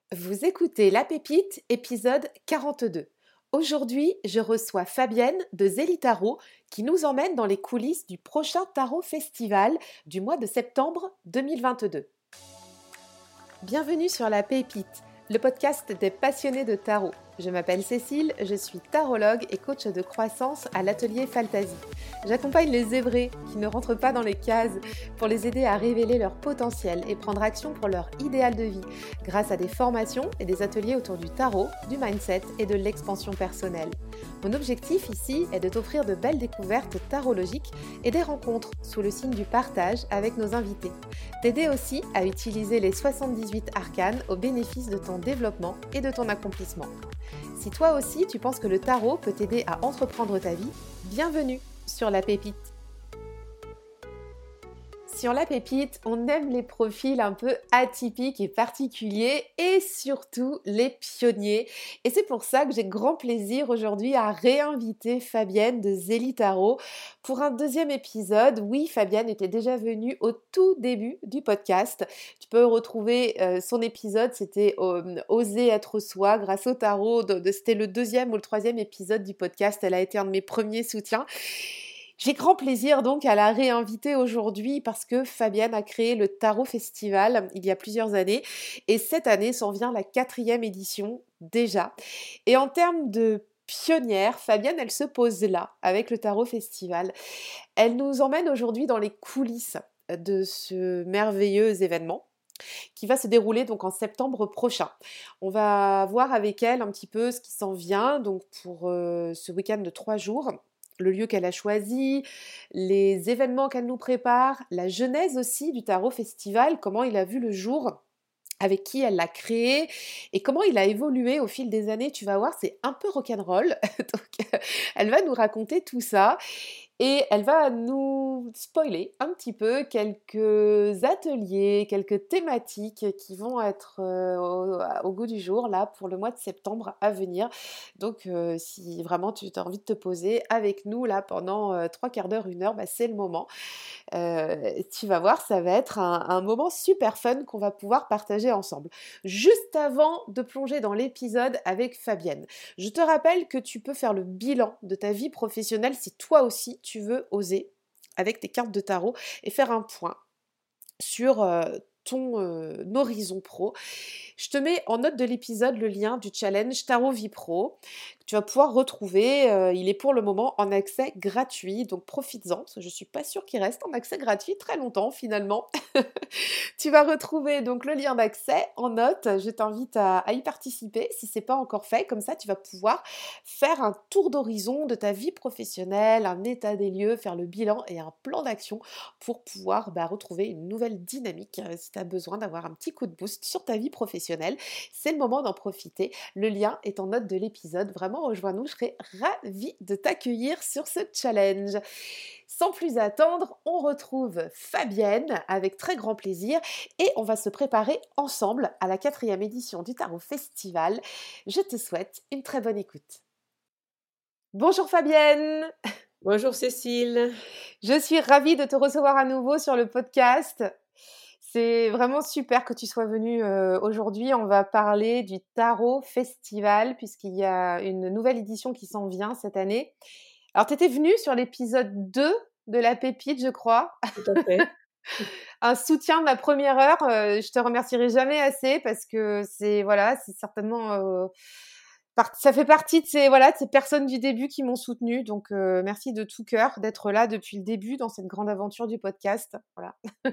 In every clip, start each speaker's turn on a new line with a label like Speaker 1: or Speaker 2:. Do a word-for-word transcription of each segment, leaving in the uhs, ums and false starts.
Speaker 1: Vous écoutez La Pépite, épisode quarante-deux. Aujourd'hui, je reçois Fabienne de Zélie Tarot qui nous emmène dans les coulisses du prochain Tarot Festival du mois de septembre deux mille vingt-deux. Bienvenue sur La Pépite, le podcast des passionnés de tarot. Je m'appelle Cécile, je suis tarologue et coach de croissance à l'atelier Fantasy. J'accompagne les zébrés qui ne rentrent pas dans les cases pour les aider à révéler leur potentiel et prendre action pour leur idéal de vie grâce à des formations et des ateliers autour du tarot, du mindset et de l'expansion personnelle. Mon objectif ici est de t'offrir de belles découvertes tarologiques et des rencontres sous le signe du partage avec nos invités. T'aider aussi à utiliser les soixante-dix-huit arcanes au bénéfice de ton développement et de ton accomplissement. Si toi aussi tu penses que le tarot peut t'aider à entreprendre ta vie, bienvenue sur La Pépite. Sur La Pépite, on aime les profils un peu atypiques et particuliers et surtout les pionniers. Et c'est pour ça que j'ai grand plaisir aujourd'hui à réinviter Fabienne de Zélie Tarot pour un deuxième épisode. Oui, Fabienne était déjà venue au tout début du podcast. Tu peux retrouver euh, son épisode, c'était euh, Oser être soi grâce au tarot. De, de, c'était le deuxième ou le troisième épisode du podcast. Elle a été un de mes premiers soutiens. J'ai grand plaisir donc à la réinviter aujourd'hui parce que Fabienne a créé le Tarot Festival il y a plusieurs années et cette année s'en vient la quatrième édition déjà. Et en termes de pionnière, Fabienne, elle se pose là avec le Tarot Festival. Elle nous emmène aujourd'hui dans les coulisses de ce merveilleux événement qui va se dérouler donc en septembre prochain. On va voir avec elle un petit peu ce qui s'en vient donc pour euh, ce week-end de trois jours. Le lieu qu'elle a choisi, les événements qu'elle nous prépare, la genèse aussi du Tarot Festival, comment il a vu le jour, avec qui elle l'a créé et comment il a évolué au fil des années. Tu vas voir, c'est un peu rock'n'roll. Donc, elle va nous raconter tout ça. Et elle va nous spoiler un petit peu quelques ateliers, quelques thématiques qui vont être euh, au, au goût du jour là pour le mois de septembre à venir. Donc euh, si vraiment tu as envie de te poser avec nous là pendant euh, trois quarts d'heure, une heure, bah, c'est le moment. Euh, tu vas voir, ça va être un, un moment super fun qu'on va pouvoir partager ensemble. Juste avant de plonger dans l'épisode avec Fabienne, je te rappelle que tu peux faire le bilan de ta vie professionnelle si toi aussi tu veux oser avec tes cartes de tarot et faire un point sur euh, ton euh, horizon pro. Je te mets en note de l'épisode le lien du challenge Tarot Vie Pro que tu vas pouvoir retrouver. Euh, il est pour le moment en accès gratuit, donc profites-en. Je ne suis pas sûre qu'il reste en accès gratuit très longtemps finalement. Tu vas retrouver donc le lien d'accès en note. Je t'invite à, à y participer si ce n'est pas encore fait. Comme ça, tu vas pouvoir faire un tour d'horizon de ta vie professionnelle, un état des lieux, faire le bilan et un plan d'action pour pouvoir bah, retrouver une nouvelle dynamique. Euh, si tu as besoin d'avoir un petit coup de boost sur ta vie professionnelle, c'est le moment d'en profiter. Le lien est en note de l'épisode. Vraiment, rejoins-nous, je serai ravie de t'accueillir sur ce challenge. Sans plus attendre, on retrouve Fabienne avec très grand plaisir et on va se préparer ensemble à la quatrième édition du Tarot Festival. Je te souhaite une très bonne écoute. Bonjour Fabienne!
Speaker 2: Bonjour Cécile.
Speaker 1: Je suis ravie de te recevoir à nouveau sur le podcast. C'est vraiment super que tu sois venue euh, aujourd'hui. On va parler du Tarot Festival puisqu'il y a une nouvelle édition qui s'en vient cette année. Alors, tu étais venue sur l'épisode deux de La Pépite, je crois.
Speaker 2: Tout à fait.
Speaker 1: Un soutien de la première heure. Euh, je te remercierai jamais assez parce que c'est voilà, c'est certainement euh, part- ça fait partie de ces voilà de ces personnes du début qui m'ont soutenue. Donc euh, merci de tout cœur d'être là depuis le début dans cette grande aventure du podcast. Voilà.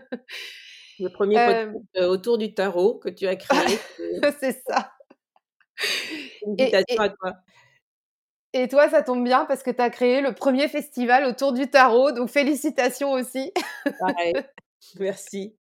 Speaker 2: Le premier podcast
Speaker 1: Euh,
Speaker 2: euh, autour du tarot que tu as créé.
Speaker 1: c'est ça. Et,
Speaker 2: Félicitations
Speaker 1: et,
Speaker 2: à toi.
Speaker 1: et toi, ça tombe bien parce que tu as créé le premier festival autour du tarot. Donc félicitations aussi.
Speaker 2: Pareil. Merci.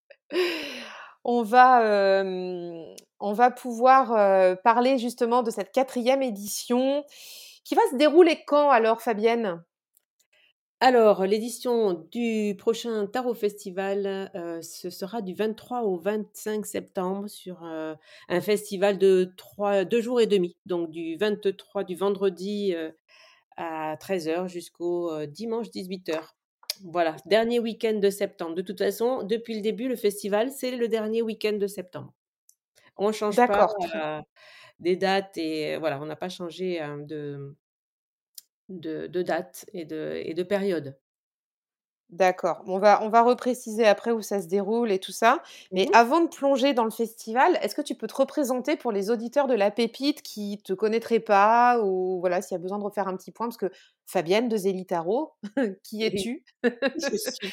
Speaker 1: On va, euh, on va pouvoir euh, parler justement de cette quatrième édition qui va se dérouler quand alors, Fabienne?
Speaker 2: Alors, l'édition du prochain Tarot Festival, euh, ce sera du vingt-trois au vingt-cinq septembre sur euh, un festival de trois, deux jours et demi. Donc, du vingt-trois, du vendredi euh, à treize heures jusqu'au euh, dimanche dix-huit heures. Voilà, dernier week-end de septembre. De toute façon, depuis le début, le festival, c'est le dernier week-end de septembre. On change pas,
Speaker 1: D'accord, très
Speaker 2: heu, des dates et voilà, on n'a pas changé, hem, de de de date et de et de période.
Speaker 1: d'accord. On va on va repréciser après où ça se déroule et tout ça. Mais
Speaker 2: Mmh.
Speaker 1: avant de plonger dans le festival, est-ce que tu peux te représenter pour les auditeurs de La Pépite qui te connaîtraient pas ou voilà, s'il y a besoin de refaire un petit point? Parce que Fabienne de Zélitaro, qui
Speaker 2: Oui,
Speaker 1: es-tu?
Speaker 2: je suis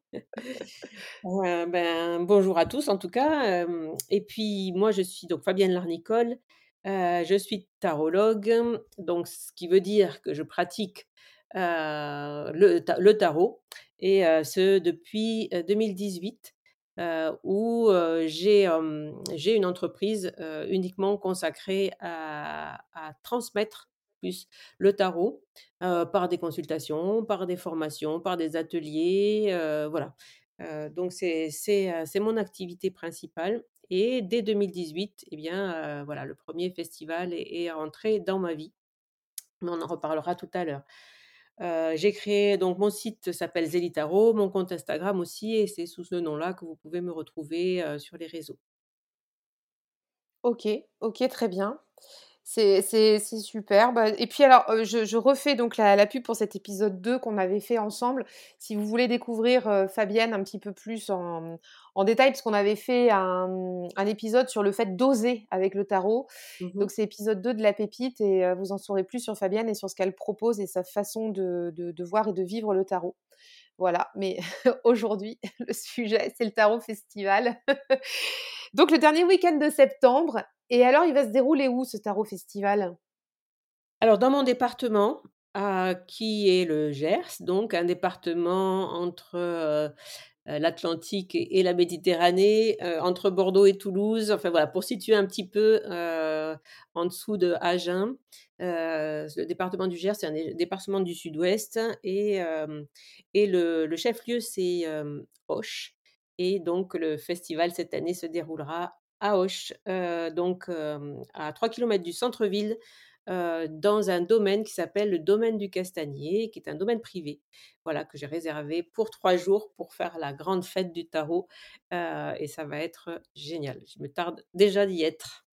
Speaker 2: heu, ben, bonjour à tous en tout cas, hem et puis moi je suis donc Fabienne Larnicole, heu, je suis tarologue, donc ce qui veut dire que je pratique, heu, le ta le tarot et heu, ce depuis, heu, deux mille dix-huit, heu, où, heu, j'ai, hem, j'ai une entreprise, heu, uniquement consacrée à à transmettre plus le tarot, heu, par des consultations, par des formations, par des ateliers, heu, voilà. Heu, donc c'est c'est, heu, c'est mon activité principale et dès deux mille dix-huit et bien, heu, voilà, le premier festival est est rentré dans ma vie, mais on en reparlera tout à l'heure. Heu, j'ai créé donc mon site s'appelle Zélitaro, mon compte Instagram aussi et c'est sous ce nom-là que vous pouvez me retrouver, heu, sur les réseaux.
Speaker 1: OK, OK, très bien. C'est c'est c'est super. Bah et puis alors, heu, je je refais donc la la pub pour cet épisode deux qu'on avait fait ensemble. Si vous voulez découvrir, heu, Fabienne un petit peu plus en, mmh, en détail, parce qu'on avait fait un, mmh, un épisode sur le fait d'oser avec le tarot.
Speaker 2: Mmh.
Speaker 1: Donc c'est épisode deux de La Pépite et heu, vous en saurez plus sur Fabienne et sur ce qu'elle propose et sa façon de de de voir et de vivre le tarot. Voilà, mais aujourd'hui, le sujet, c'est le tarot festival. Donc le dernier week-end de septembre et alors il va se dérouler où ce tarot festival?
Speaker 2: Alors dans mon département, heu, qui est le Gers, donc un département entre, heu heu, l'Atlantique et et la Méditerranée, heu, entre Bordeaux et Toulouse, enfin voilà, pour situer un petit peu, heu, en dessous de Agen. Heu, le département du Gers, c'est un dé département du sud-ouest et hem et le le chef-lieu, c'est, hem, Auch et donc le festival cette année se déroulera à Auch, heu, donc hem, à trois kilomètres du centre-ville, heu, dans un domaine qui s'appelle le domaine du Castagnier, qui est un domaine privé. Voilà, que j'ai réservé pour trois jours pour faire la grande fête du tarot, heu et ça va être génial. Je me tarde déjà d'y être.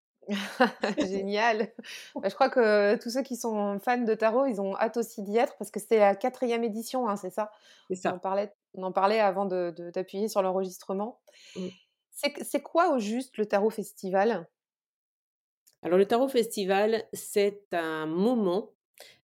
Speaker 1: Génial. Bah, je crois que tous ceux qui sont fans de tarot, ils ont hâte aussi d'y être parce que c'était la quatrième édition, hein, c'est ça?
Speaker 2: C'est
Speaker 1: On en
Speaker 2: ça.
Speaker 1: parlait on en parlait avant de de d'appuyer sur l'enregistrement.
Speaker 2: Mmh.
Speaker 1: C'est q c'est quoi au juste le tarot festival?
Speaker 2: Alors le tarot festival, c'est un moment,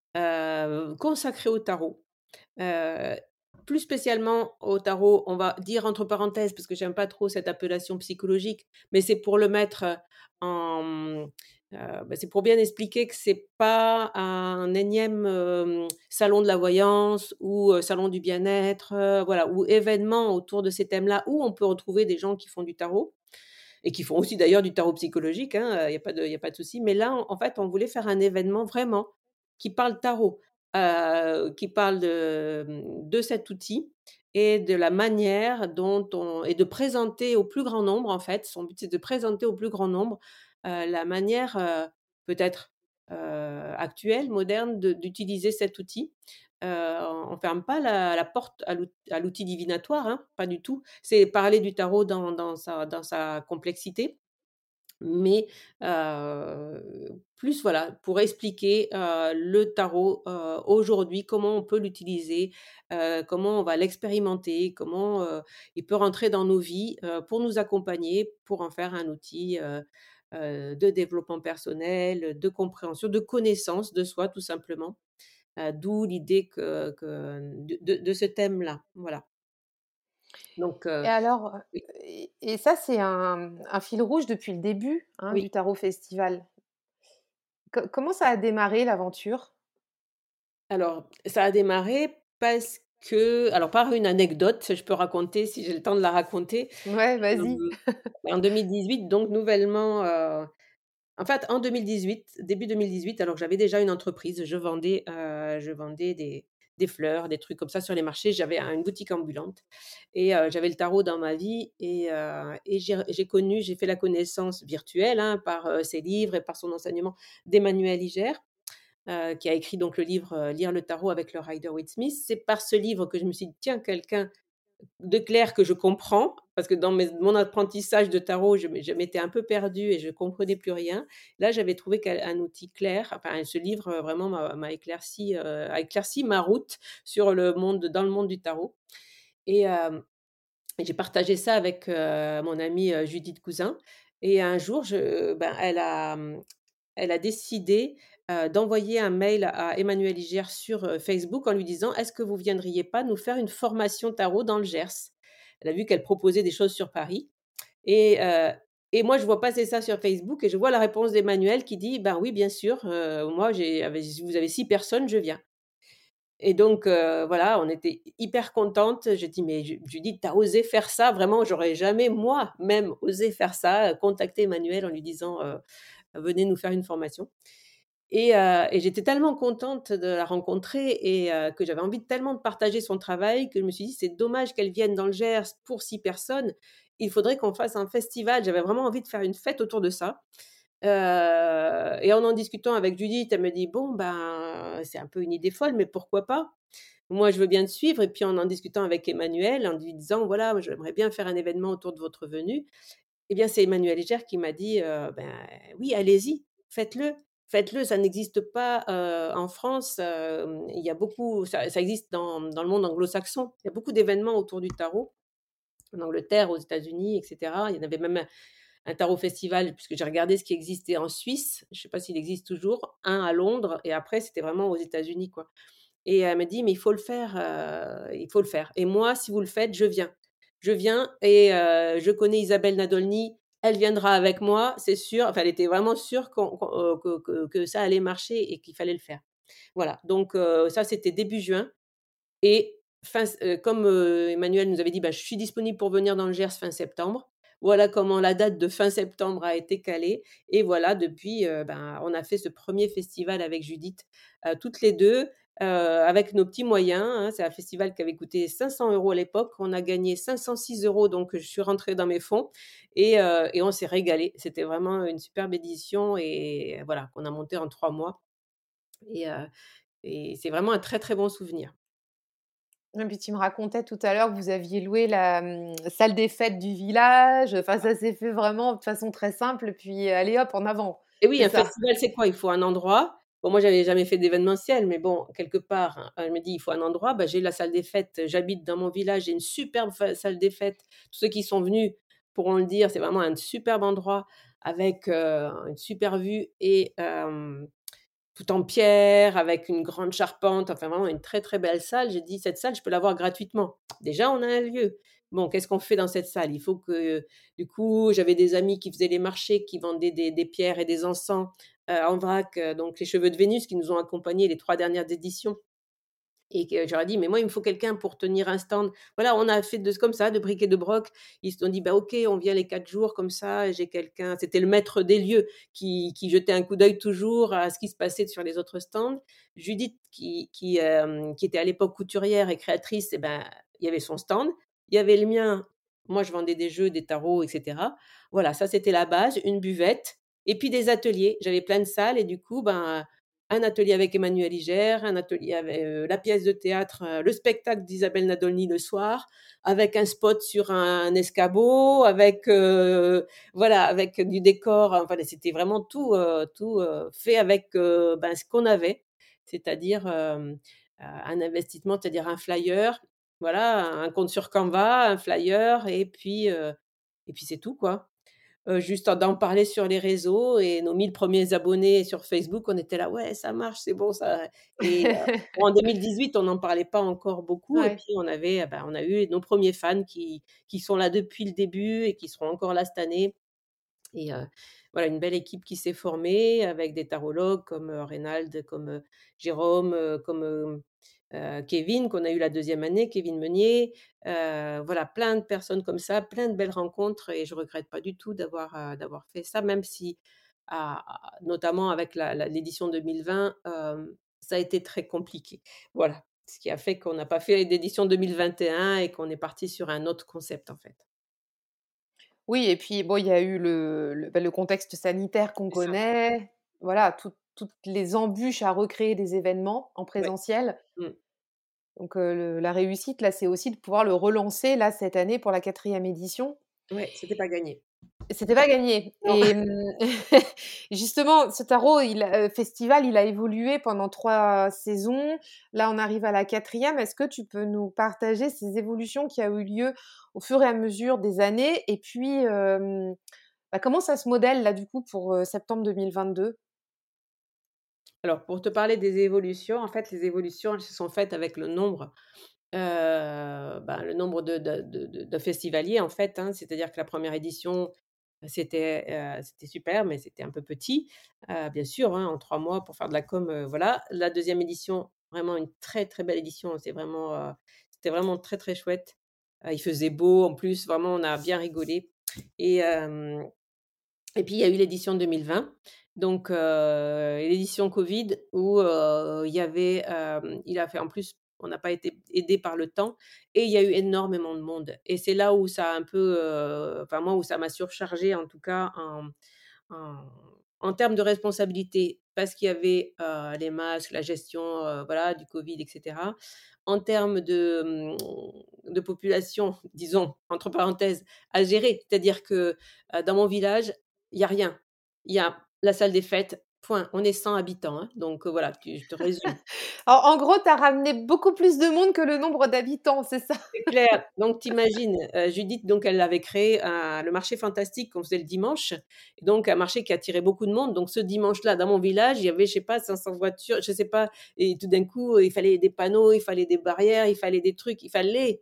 Speaker 2: heu, consacré au tarot. Heu, Plus spécialement au tarot, on va dire entre parenthèses, parce que j'aime pas trop cette appellation psychologique, mais c'est pour le mettre, heu, en, mmh, heu, bah, c'est pour bien expliquer que c'est pas un énième, hem, salon de la voyance ou, heu, salon du bien-être, heu, voilà, ou événement autour de ces thèmes-là, où on peut retrouver des gens qui font du tarot et qui font aussi d'ailleurs du tarot psychologique, hein, il y a pas de il y a pas de souci. Mais là, en en fait, on voulait faire un événement vraiment qui parle tarot, heu, qui parle de, mmh, de cet outil et de la manière dont on et de présenter au plus grand nombre, en fait. Son but, c'est de présenter au plus grand nombre, heu, la manière, heu, peut-être, heu, actuelle, moderne de d'utiliser cet outil. Heu, on ne ferme pas la la porte à l'out à l'outil divinatoire, hein, pas du tout. C'est parler du tarot dans dans sa dans sa complexité, mais heu, plus voilà, pour expliquer, heu, le tarot, heu, aujourd'hui, comment on peut l'utiliser, heu, comment on va l'expérimenter, comment, heu, il peut rentrer dans nos vies, heu, pour nous accompagner, pour en faire un outil, heu heu, de développement personnel, de compréhension, de connaissance de soi tout simplement. Heu, d'où l'idée que que de de de ce thème-là, voilà. Donc
Speaker 1: Et
Speaker 2: heu,
Speaker 1: alors, heu
Speaker 2: oui,
Speaker 1: et et ça, c'est un, mmh, un fil rouge depuis le début, hein, du
Speaker 2: oui.
Speaker 1: tarot festival. Co comment ça a démarré l'aventure?
Speaker 2: Alors, ça a démarré parce que alors par une anecdote, je peux raconter si j'ai le temps de la raconter.
Speaker 1: Ouais, vas-y.
Speaker 2: Hem, En deux mille dix-huit, donc nouvellement, heu, en fait, en deux mille dix-huit, début deux mille dix-huit, alors que j'avais déjà une entreprise, je vendais, heu, je vendais des des fleurs, des trucs comme ça sur les marchés. J'avais un une boutique ambulante et heu, j'avais le tarot dans ma vie et heu et j'ai j'ai connu j'ai fait la connaissance virtuelle, hein, par, heu, ses livres et par son enseignement d'Emmanuel Iger, heu, qui a écrit donc le livre, heu, Lire le tarot avec le Rider-Waite-Smith. C'est par ce livre que je me suis dit: «Tiens, quelqu'un de clair que je comprends, parce que dans mes mon apprentissage de tarot, je m'é je m'étais un peu perdue et je comprenais plus rien. Là, j'avais trouvé qu'un un outil clair, enfin ce livre, heu, vraiment m'a m'a éclairci, heu, a éclairci ma route sur le monde dans le monde du tarot et hem et j'ai partagé ça avec, heu, mon amie, heu, Judith Cousin et un jour je ben, elle a, mmh, elle a décidé, heu, d'envoyer un mail à Emmanuel Ligère sur, heu, Facebook en lui disant: «Est-ce que vous viendriez pas nous faire une formation tarot dans le Gers?» Elle a vu qu'elle proposait des choses sur Paris et heu et moi je vois passer ça sur Facebook et je vois la réponse d'Emmanuel qui dit: «Ben oui, bien sûr, heu, moi j'ai avec si vous avez six personnes, je viens». Et donc heu, voilà, on était hyper contentes. J'ai dit: «Mais Ju Judith, tu as osé faire ça, vraiment, j'aurais jamais moi-même osé faire ça, heu, contacter Emmanuel en lui disant, heu: "Venez nous faire une formation"». Et heu et j'étais tellement contente de la rencontrer et heu, que j'avais envie de tellement de partager son travail que je me suis dit: «C'est dommage qu'elle vienne dans le Gers pour six personnes, il faudrait qu'on fasse un festival». J'avais vraiment envie de faire une fête autour de ça. Heu et en en discutant avec Judith, elle me dit: «Bon, ben, c'est un peu une idée folle, mais pourquoi pas? Moi, je veux bien te suivre» et puis en en discutant avec Emmanuel, en lui disant: «Voilà, moi j'aimerais bien faire un événement autour de votre venue». Eh bien, c'est Emmanuel Eger qui m'a dit, heu: «Ben, oui, allez-y, faites-le, faites-le, ça n'existe pas, heu, en France, hem, il y a beaucoup ça ça existe dans dans le monde anglo-saxon. Il y a beaucoup d'événements autour du tarot, en Angleterre, aux États-Unis et cetera. Il y en avait même un un tarot festival, puisque j'ai regardé ce qui existait en Suisse, je ne sais pas s'il existe toujours, un à Londres et après c'était vraiment aux États-Unis, quoi. Et elle m'a dit: «Mais il faut le faire, heu, il faut le faire et moi, si vous le faites, je viens. Je viens et heu, je connais Isabelle Nadolny, elle viendra avec moi, c'est sûr». Enfin, elle était vraiment sûre qu'on qu'on, heu, que que que ça allait marcher et qu'il fallait le faire. Voilà, donc heu, ça, c'était début juin et fin s heu, comme, heu, Emmanuel nous avait dit: «Bah, je suis disponible pour venir dans le Gers fin septembre». Voilà comment la date de fin septembre a été calée et voilà depuis, heu, ben, on a fait ce premier festival avec Judith, heu, toutes les deux, heu, avec nos petits moyens, hein. C'est un festival qui avait coûté cinq cents euros à l'époque. On a gagné cinq cent six euros, donc je suis rentrée dans mes fonds et heu et on s'est régalés. C'était vraiment une superbe édition et voilà, qu'on a montée en trois mois et heu et c'est vraiment un très, très bon souvenir.
Speaker 1: Et puis tu me racontais tout à l'heure que vous aviez loué la, mmh, salle des fêtes du village, enfin ça s'est fait vraiment de façon très simple, puis allez hop, en avant,
Speaker 2: Et oui,
Speaker 1: c'est
Speaker 2: un
Speaker 1: ça?
Speaker 2: festival, c'est quoi? Il faut un endroit. Bon, moi, j'avais jamais fait d'événementiel, mais bon, quelque part, hein, elle me dit: «Il faut un endroit». Bah, j'ai la salle des fêtes, j'habite dans mon village, j'ai une superbe fa salle des fêtes. Tous ceux qui sont venus pourront le dire, c'est vraiment un superbe endroit avec, heu, une super vue et hem tout en pierre, avec une grande charpente, enfin vraiment une très, très belle salle. J'ai dit: «Cette salle, je peux l'avoir gratuitement». Déjà, on a un lieu. Bon, qu'est-ce qu'on fait dans cette salle? Il faut que du coup, j'avais des amis qui faisaient les marchés, qui vendaient des des pierres et des encens, heu, en vrac, heu, donc les Cheveux de Vénus qui nous ont accompagnés les trois dernières éditions. Et que j'aurais dit: «Mais moi, il me faut quelqu'un pour tenir un stand». Voilà, on a fait de comme ça, de bric et de broc. Ils se sont dit: «Bah, OK, on vient les quatre jours comme ça, j'ai quelqu'un». C'était le maître des lieux qui qui jetait un coup d'œil toujours à ce qui se passait sur les autres stands. Judith qui qui, hem, qui était à l'époque couturière et créatrice et ben, il y avait son stand. Il y avait le mien, moi je vendais des jeux, des tarots et cetera. Voilà, ça c'était la base, une buvette et puis des ateliers. J'avais plein de salles et du coup, ben, un atelier avec Emmanuel Iger, un atelier avec, heu, la pièce de théâtre, heu, le spectacle d'Isabelle Nadolny le soir, avec un spot sur un escabeau, avec, heu, voilà, avec du décor, enfin, c'était vraiment tout, heu, tout, heu, fait avec, heu, ben, ce qu'on avait. C'est-à-dire, hem, heu, un investissement, c'est-à-dire un flyer, voilà, un compte sur Canva, un flyer et puis, heu et puis c'est tout, quoi. Heu, juste d'en parler sur les réseaux et nos mille premiers abonnés sur Facebook, on était là: «Ouais, ça marche, c'est bon ça» et heu, bon en deux mille dix-huit, on n'en parlait pas encore beaucoup et
Speaker 1: Ouais.
Speaker 2: puis on avait, bah, on a eu nos premiers fans qui qui sont là depuis le début et qui seront encore là cette année et heu, voilà une belle équipe qui s'est formée avec des tarologues comme, heu, Reynald, comme, heu, Jérôme, heu, comme, hem, heu, Kevin qu'on a eu la deuxième année, Kevin Meunier. Heu, voilà plein de personnes comme ça, plein de belles rencontres et je regrette pas du tout d'avoir, heu, d'avoir fait ça même si à notamment avec la la l'édition deux mille vingt, hem, ça a été très compliqué. Voilà, ce qui a fait qu'on n'a pas fait d'édition deux mille vingt et un et qu'on est parti sur un autre concept, en fait.
Speaker 1: Oui et puis bon, il y a eu le le, bah, le contexte sanitaire qu'on
Speaker 2: C'est ça.
Speaker 1: connaît, voilà, toutes toutes les embûches à recréer des événements en
Speaker 2: Ouais.
Speaker 1: présentiel.
Speaker 2: Mmh.
Speaker 1: Donc, heu, le la réussite, là, c'est aussi de pouvoir le relancer, là, cette année pour la quatrième édition.
Speaker 2: Ouais, c'était pas gagné.
Speaker 1: C'était pas gagné
Speaker 2: Non.
Speaker 1: et mmh, justement, ce tarot, il a heu, festival, il a évolué pendant trois saisons. Là, on arrive à la quatrième. Est-ce que tu peux nous partager ces évolutions qui a eu lieu au fur et à mesure des années? Et puis, hem, bah, comment ça se modèle, là, du coup, pour, heu, septembre deux mille vingt-deux?
Speaker 2: Alors pour te parler des évolutions, en fait, les évolutions, elles se sont faites avec le nombre, heu, ben, le nombre de de de de de festivaliers, en fait, hein. C'est-à-dire que la première édition, c'était, heu, c'était super, mais c'était un peu petit, heu, bien sûr, hein, en trois mois pour faire de la com, heu, voilà. La deuxième édition, vraiment une très, très belle édition, c'est vraiment, heu, c'était vraiment très, très chouette. Heu, il faisait beau en plus, vraiment on a bien rigolé et hem et puis il y a eu l'édition deux mille vingt, donc heu, l'édition covid où, heu, il y avait, hem, il a fait en plus, on n'a pas été aidés par le temps et il y a eu énormément de monde et c'est là où ça a un peu, heu, enfin moi où ça m'a surchargée en tout cas en en en termes de responsabilité parce qu'il y avait, heu, les masques, la gestion, heu, voilà du covid et cetera. En termes de, mmh, de population, disons, entre parenthèses, à gérer, c'est-à-dire que, heu, dans mon village, il y a rien. Il y a la salle des fêtes, point. On est cent habitants, hein, donc heu, voilà, tu je te résume.
Speaker 1: En en gros, tu as ramené beaucoup plus de monde que le nombre d'habitants, c'est ça?
Speaker 2: C'est clair, donc tu imagines, heu, Judith, donc elle avait créé un le marché fantastique qu'on faisait le dimanche, et donc un marché qui attirait beaucoup de monde. Donc ce dimanche-là, dans mon village, il y avait, je sais pas, cinq cents voitures, je sais pas, et tout d'un coup, il fallait des panneaux, il fallait des barrières, il fallait des trucs, il fallait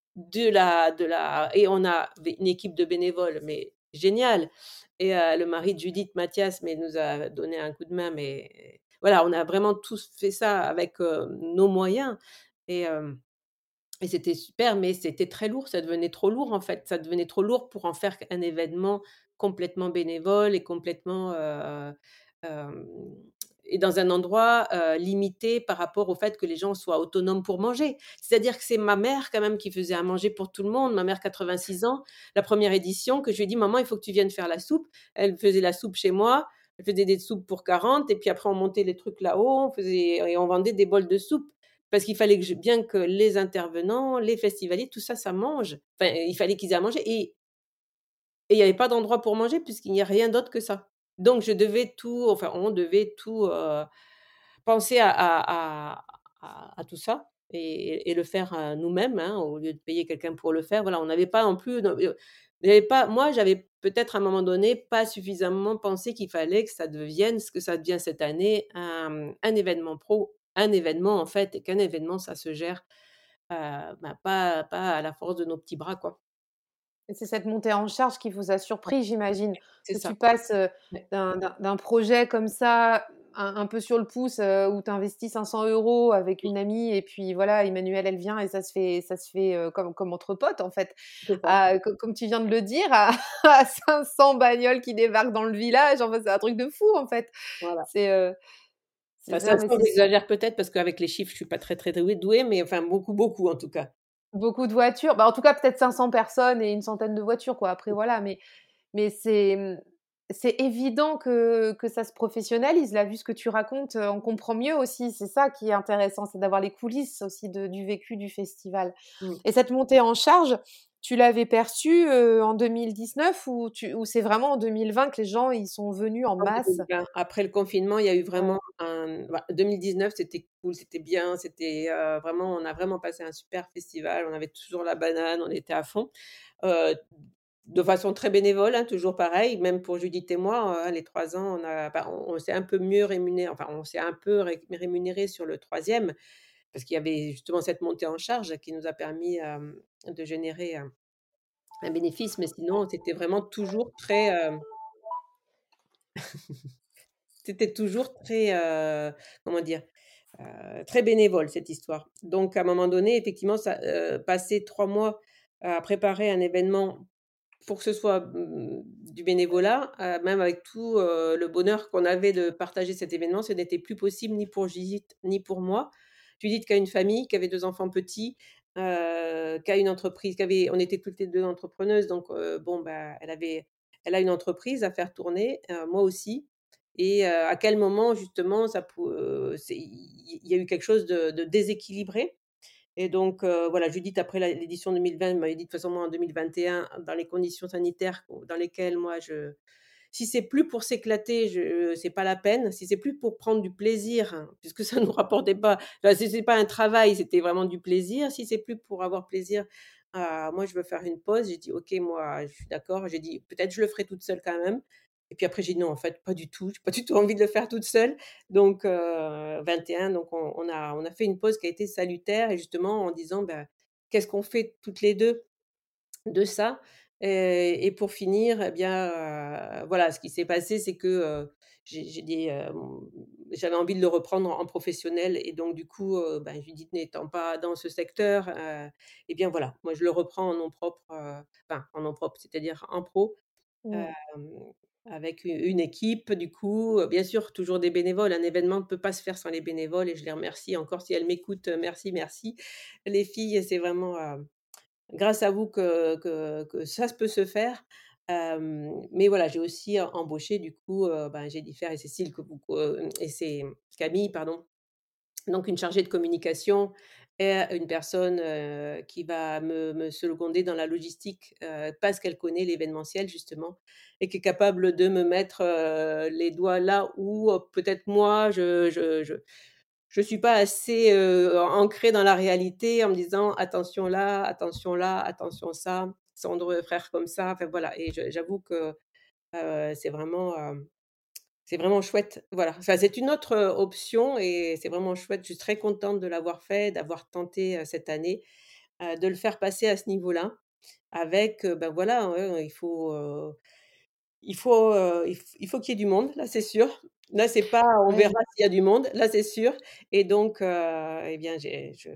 Speaker 2: de la de la et on a une équipe de bénévoles, mais génial. Et heu, le mari de Judith, Mathias, mais nous a donné un coup de main, mais voilà, on a vraiment tous fait ça avec, heu, nos moyens et hem et c'était super, mais c'était très lourd, ça devenait trop lourd, en fait. Ça devenait trop lourd pour en faire un événement complètement bénévole et complètement, heu, hem et dans un endroit, heu, limité par rapport au fait que les gens soient autonomes pour manger. C'est-à-dire que c'est ma mère quand même qui faisait à manger pour tout le monde, ma mère quatre-vingt-six ans. La première édition que je lui ai dit: «Maman, il faut que tu viennes faire la soupe». Elle faisait la soupe chez moi, elle faisait des soupes pour quarante et puis après on montait les trucs là-haut, on faisait et on vendait des bols de soupe. Parce qu'il fallait que je bien que les intervenants, les festivaliers, tout ça, ça mange. Enfin, il fallait qu'ils aient à manger et et il y avait pas d'endroit pour manger puisqu'il n'y a rien d'autre que ça. Donc je devais tout enfin, on devait tout, heu, penser à à à à à tout ça et et le faire, heu, nous-mêmes, hein, au lieu de payer quelqu'un pour le faire. Voilà, on n'avait pas non plus de heu, il y avait pas moi, j'avais peut-être à un moment donné pas suffisamment pensé qu'il fallait que ça devienne ce que ça devient cette année, un, mmh, un événement pro, un événement en fait et qu'un événement ça se gère, heu, bah, pas pas à la force de nos petits bras, quoi.
Speaker 1: Et c'est cette montée en charge qui vous a
Speaker 2: Ouais,
Speaker 1: surpris, j'imagine?
Speaker 2: c'est
Speaker 1: Que tu
Speaker 2: ça.
Speaker 1: passes, heu,
Speaker 2: Ouais,
Speaker 1: d'un d'un d'un projet comme ça, un un peu sur le pouce, heu, où tu investis cinq cents euros avec
Speaker 2: mmh,
Speaker 1: une amie et puis voilà, Emmanuelle, elle vient et ça se fait ça se fait, heu, comme comme entre potes, en fait.
Speaker 2: c'est ça.
Speaker 1: À co comme tu viens de le dire, à à cinq cents bagnoles qui débarquent dans le village, enfin, c'est un truc de fou, en fait.
Speaker 2: Voilà.
Speaker 1: C'est, heu, c'est
Speaker 2: Enfin
Speaker 1: non, mais
Speaker 2: cinq cents,
Speaker 1: c'est
Speaker 2: j'exagère peut-être parce qu'avec les chiffres, je suis pas très, très douée douée, mais enfin beaucoup, beaucoup en tout cas.
Speaker 1: beaucoup de voitures. Bah, en tout cas, peut-être cinq cents personnes et une centaine de voitures, quoi. Après, voilà, mais Mais c'est, mmh, c'est évident que que ça se professionnalise, là, vu ce que tu racontes, heu, on comprend mieux aussi. C'est ça qui est intéressant, c'est d'avoir les coulisses aussi de du vécu du festival.
Speaker 2: Mmh.
Speaker 1: Et cette montée en charge, tu l'avais perçue, heu, en deux mille dix-neuf ou tu ou c'est vraiment en deux mille vingt que les gens, ils sont venus en
Speaker 2: En
Speaker 1: masse?
Speaker 2: deux mille vingt, après le confinement, il y a eu vraiment
Speaker 1: Ouais.
Speaker 2: un bah, deux mille dix-neuf, c'était cool, c'était bien, c'était, heu, vraiment on a vraiment passé un super festival, on avait toujours la banane, on était à fond, heu, de façon très bénévole, hein, toujours pareil, même pour Judith et moi, heu, les trois ans, on a bah, on on s'est un peu mieux rémunérés, enfin on s'est un peu ré rémunérés sur le troisième parce qu'il y avait justement cette montée en charge qui nous a permis, hem, de générer un un bénéfice, mais sinon c'était vraiment toujours très, hem c'était toujours très, heu, comment dire? Heu, très bénévole cette histoire. Donc à un moment donné, effectivement, ça, heu, passer trois mois à préparer un événement pour que ce soit, mmh, du bénévolat, heu, même avec tout, heu, le bonheur qu'on avait de partager cet événement, ce n'était plus possible ni pour Judith ni pour moi. Judith qui a une famille, qui avait deux enfants petits, heu, qui a une entreprise, qui avait on était toutes les deux entrepreneuses donc heu, bon, bah, elle avait elle a une entreprise à faire tourner, heu, moi aussi et heu, à quel moment justement ça pou heu, c'est il il y a eu quelque chose de de déséquilibré Et donc, heu, voilà, Judith après la l'édition deux mille vingt m'avait dit: «De toute façon, moi en deux mille vingt et un, dans les conditions sanitaires qu dans lesquelles moi je si c'est plus pour s'éclater, je c'est pas la peine. Si c'est plus pour prendre du plaisir, hein, puisque ça nous rapportait pas enfin, si c'est pas un travail, c'était vraiment du plaisir. Si c'est plus pour avoir plaisir, heu, moi je veux faire une pause». J'ai dit: «OK, moi je suis d'accord». J'ai dit: «Peut-être je le ferai toute seule quand même». Et puis après j'ai dit: «Non, en fait, pas du tout, j'ai pas du tout envie de le faire toute seule». Donc heu, vingt et un, donc on on a on a fait une pause qui a été salutaire et justement en disant: «Bah, qu'est-ce qu'on fait toutes les deux de ça?» Et et pour finir, eh bien, heu, voilà, ce qui s'est passé, c'est que, heu, j'ai j'ai dit, hem, j'avais envie de le reprendre en professionnel et donc du coup, heu, ben, Judith n'étant pas dans ce secteur, heu, et bien voilà, moi je le reprends en nom propre, heu, enfin en nom propre, c'est-à-dire en pro.
Speaker 1: Mmh.
Speaker 2: Hem, avec u une équipe du coup, heu, bien sûr toujours des bénévoles. Un événement ne peut pas se faire sans les bénévoles et je les remercie encore si elles m'écoutent, heu, merci, merci. Les filles, c'est vraiment, heu, grâce à vous que que que ça se peut se faire. Hem, mais voilà, j'ai aussi em embauché du coup, heu, ben, Jennifer et Cécile que vous co hem et c'est Camille pardon, donc une chargée de communication et une personne, heu, qui va me me seconder dans la logistique, heu, parce qu'elle connaît l'événementiel justement et qui est capable de me mettre, heu, les doigts là où, heu, peut-être moi je je je je suis pas assez, heu, ancrée dans la réalité en me disant: «Attention là, attention là, attention ça, ça on devrait faire comme ça». Enfin voilà et je j'avoue que, heu, c'est vraiment, hem c'est vraiment chouette, voilà. Enfin, c'est une autre, heu, option et c'est vraiment chouette. Je suis très contente de l'avoir fait, d'avoir tenté, heu, cette année, heu, de le faire passer à ce niveau-là avec, heu, ben, voilà, ouais, il faut, heu, il faut, heu, il f il faut qu'il y ait du monde, là, c'est sûr. Là, c'est pas on verra
Speaker 1: Ouais.
Speaker 2: s'il y a du monde, là, c'est sûr et donc heu et bien, j'ai je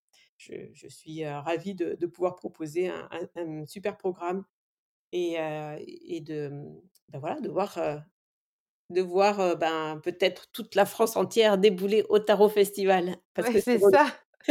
Speaker 2: je je suis, heu, ravie de de pouvoir proposer un un un super programme et heu et de, mmh, bah, voilà, de voir, heu de voir, heu, ben, peut-être toute la France entière débouler au Tarot Festival parce
Speaker 1: Ouais,
Speaker 2: que c'est
Speaker 1: c'est
Speaker 2: vrai
Speaker 1: ça.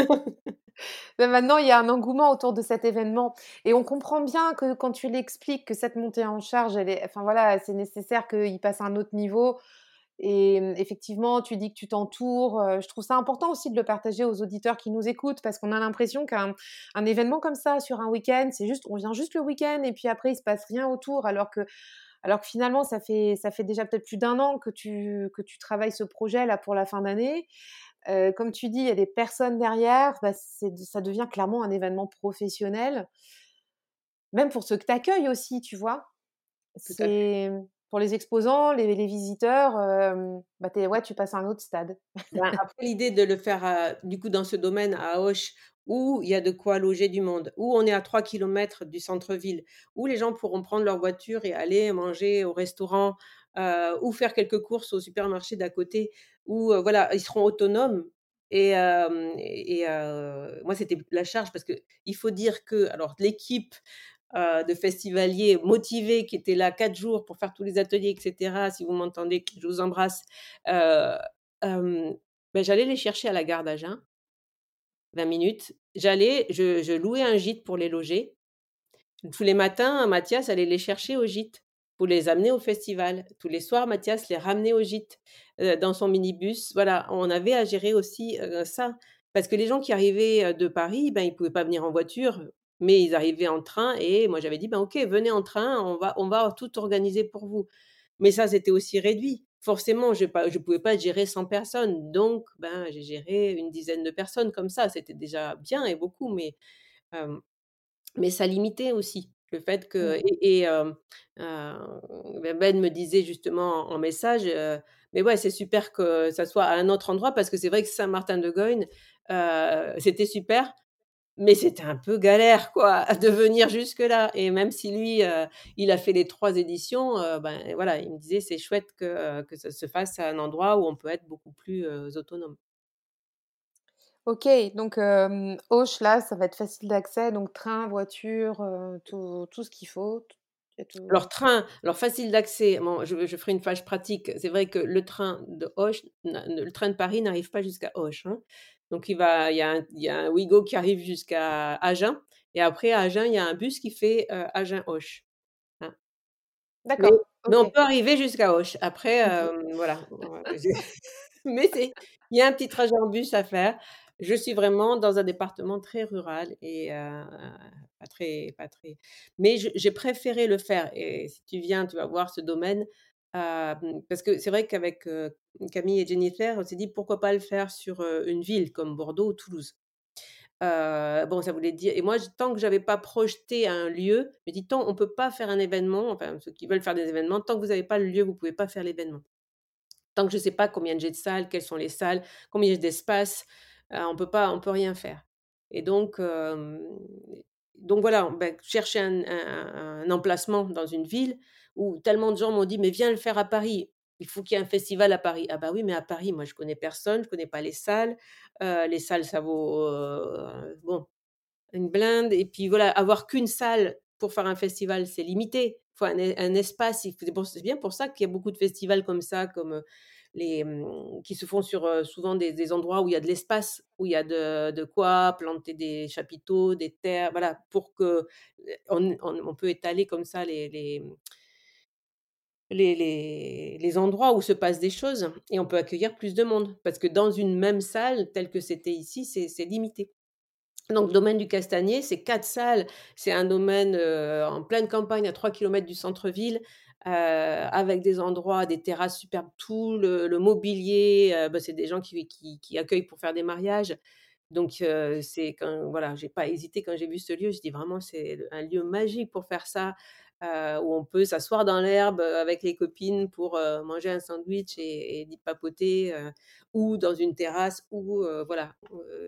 Speaker 1: Mais maintenant, il y a un engouement autour de cet événement et on comprend bien que quand tu l'expliques que cette montée en charge, elle est enfin voilà, c'est nécessaire qu'il passe à un autre niveau et mmh, effectivement, tu dis que tu t'entoures, heu, je trouve ça important aussi de le partager aux auditeurs qui nous écoutent parce qu'on a l'impression qu'un un événement comme ça sur un week-end, c'est juste on vient juste le week-end et puis après il se passe rien autour alors que alors que finalement ça fait ça fait déjà peut-être plus d'un an que tu que tu travailles ce projet là pour la fin d'année. Heu, comme tu dis, il y a des personnes derrière, bah, c'est ça devient clairement un événement professionnel. Même pour ceux que tu accueilles aussi, tu vois?
Speaker 2: tout à fait.
Speaker 1: C'est pour les exposants, les les visiteurs, hem, bah, tu ouais, tu passes à un autre stade.
Speaker 2: Ben, après l'idée de le faire, heu, du coup dans ce domaine à Auch, où il y a de quoi loger du monde, où on est à trois kilomètres du centre-ville, où les gens pourront prendre leur voiture et aller manger au restaurant, heu, ou faire quelques courses au supermarché d'à côté, où, heu, voilà, ils seront autonomes et hem et et heu, moi c'était la charge parce qu'il faut dire que alors l'équipe, heu, de festivaliers motivés qui étaient là quatre jours pour faire tous les ateliers et cetera, si vous m'entendez, je vous embrasse, heu, hem, beh, j'allais les chercher à la gare d'Agen, vingt minutes. J'allais, je je louais un gîte pour les loger. Tous les matins, Mathias allait les chercher au gîte pour les amener au festival. Tous les soirs, Mathias les ramenait au gîte, heu, dans son minibus. Voilà, on avait à gérer aussi, heu, ça. Parce que les gens qui arrivaient, heu, de Paris, ben, ils pouvaient pas venir en voiture, mais ils arrivaient en train et moi j'avais dit: «Ben, OK, venez en train, on va on va tout organiser pour vous». Mais ça, c'était aussi réduit. Forcément, je pas je pouvais pas gérer cent personnes, donc ben, j'ai géré une dizaine de personnes comme ça. C'était déjà bien et beaucoup, mais hem mais ça limitait aussi le fait que
Speaker 1: Mmh.
Speaker 2: et et hem, heu, bah, Ben me disait justement en en message, heu: «Mais ouais, c'est super que ça soit à un autre endroit» parce que c'est vrai que Saint-Martin-de-Goyne, heu, c'était super, mais c'était un peu galère quoi de venir jusque-là et même si lui, heu, il a fait les trois éditions, heu, ben, voilà, il me disait: «C'est chouette que, que ça se fasse à un endroit où on peut être beaucoup plus, heu, autonome».
Speaker 1: OK, donc hem, Auch là, ça va être facile d'accès, donc train, voiture, heu, tout tout ce qu'il faut, t il y a
Speaker 2: Alors
Speaker 1: tout
Speaker 2: train, alors facile d'accès, bon je je ferai une page pratique. C'est vrai que le train de Auch n'a ne le train de Paris n'arrive pas jusqu'à Auch, hein. Donc il va il y a un il y a un Ouigo qui arrive jusqu'à Agen et après à Agen, il y a un bus qui fait, heu, Agen-Auch, hein. Mais
Speaker 1: d'accord,
Speaker 2: mais on
Speaker 1: OK,
Speaker 2: peut arriver jusqu'à Auch. Après,
Speaker 1: OK.
Speaker 2: hem, voilà, ouais, j'ai mais c'est il y a un petit trajet en bus à faire. Je suis vraiment dans un département très rural et heu, pas très pas très mais je j'ai préféré le faire et si tu viens, tu vas voir ce domaine, hem, parce que c'est vrai qu'avec, heu, Camille et Jennifer, on s'est dit: «Pourquoi pas le faire sur, heu, une ville comme Bordeaux ou Toulouse?» Heu, bon, ça voulait dire et moi, j tant que j'avais pas projeté un lieu, je me dis: «Tant on peut pas faire un événement», enfin ceux qui veulent faire des événements, tant que vous avez pas le lieu, vous pouvez pas faire l'événement. Tant que je sais pas combien j'ai de salles, quelles sont les salles, combien j'ai d'espace, heu, on peut pas on peut rien faire et donc hem, donc voilà, bah, chercher un un un emplacement dans une ville où tellement de gens m'ont dit: «Mais viens le faire à Paris, il faut qu'il y ait un festival à Paris». Ah bah oui, mais à Paris, moi je connais personne, je connais pas les salles, heu, les salles ça vaut, heu, bon une blinde et puis voilà, avoir qu'une salle pour faire un festival, c'est limité. Il faut un e un espace, il faut c'est pour c'est bien pour ça qu'il y a beaucoup de festivals comme ça, comme, heu, les, mmh, qui se font sur, heu, souvent des des endroits où il y a de l'espace, où il y a de de quoi planter des chapiteaux, des terres, voilà, pour que, heu, on on on peut étaler comme ça les les, mmh, les les les endroits où se passent des choses et on peut accueillir plus de monde. Parce que dans une même salle, telle que c'était ici, c'est c'est limité. Donc le domaine du Castagnet, c'est quatre salles. C'est un domaine, heu, en pleine campagne à trois kilomètres du centre-ville, heu, avec des endroits, des terrasses superbes, tout le le mobilier, heu, bah, c'est des gens qui qui qui accueillent pour faire des mariages. Donc heu, c'est quand voilà, j'ai pas hésité quand j'ai vu ce lieu, je dis: «Vraiment, c'est le un lieu magique pour faire ça», heu, où on peut s'asseoir dans l'herbe, heu, avec les copines pour, heu, manger un sandwich et et papoter, heu, ou dans une terrasse ou heu, voilà, heu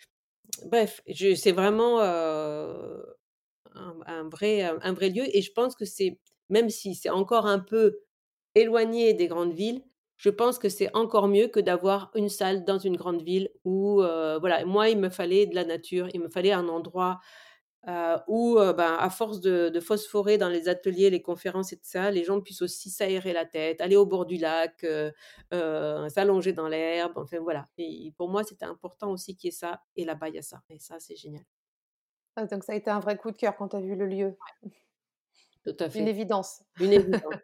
Speaker 2: Bref, je c'est vraiment, heu, un un vrai, heu, un vrai lieu et je pense que c'est même si c'est encore un peu éloigné des grandes villes, je pense que c'est encore mieux que d'avoir une salle dans une grande ville où, heu, voilà, moi, il me fallait de la nature, il me fallait un endroit, heu, où, heu, ben, à force de de phosphorer dans les ateliers, les conférences et tout ça, les gens puissent aussi s'aérer la tête, aller au bord du lac, heu heu, s'allonger dans l'herbe, enfin voilà et pour moi, c'était important aussi qu'il y ait ça et là-bas, il y a ça et ça, c'est génial.
Speaker 1: Ah donc ça a été un vrai coup de cœur quand tu as vu le lieu?
Speaker 2: Tout à
Speaker 1: Une
Speaker 2: fait,
Speaker 1: évidence.
Speaker 2: une évidence.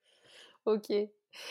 Speaker 1: OK. Heu,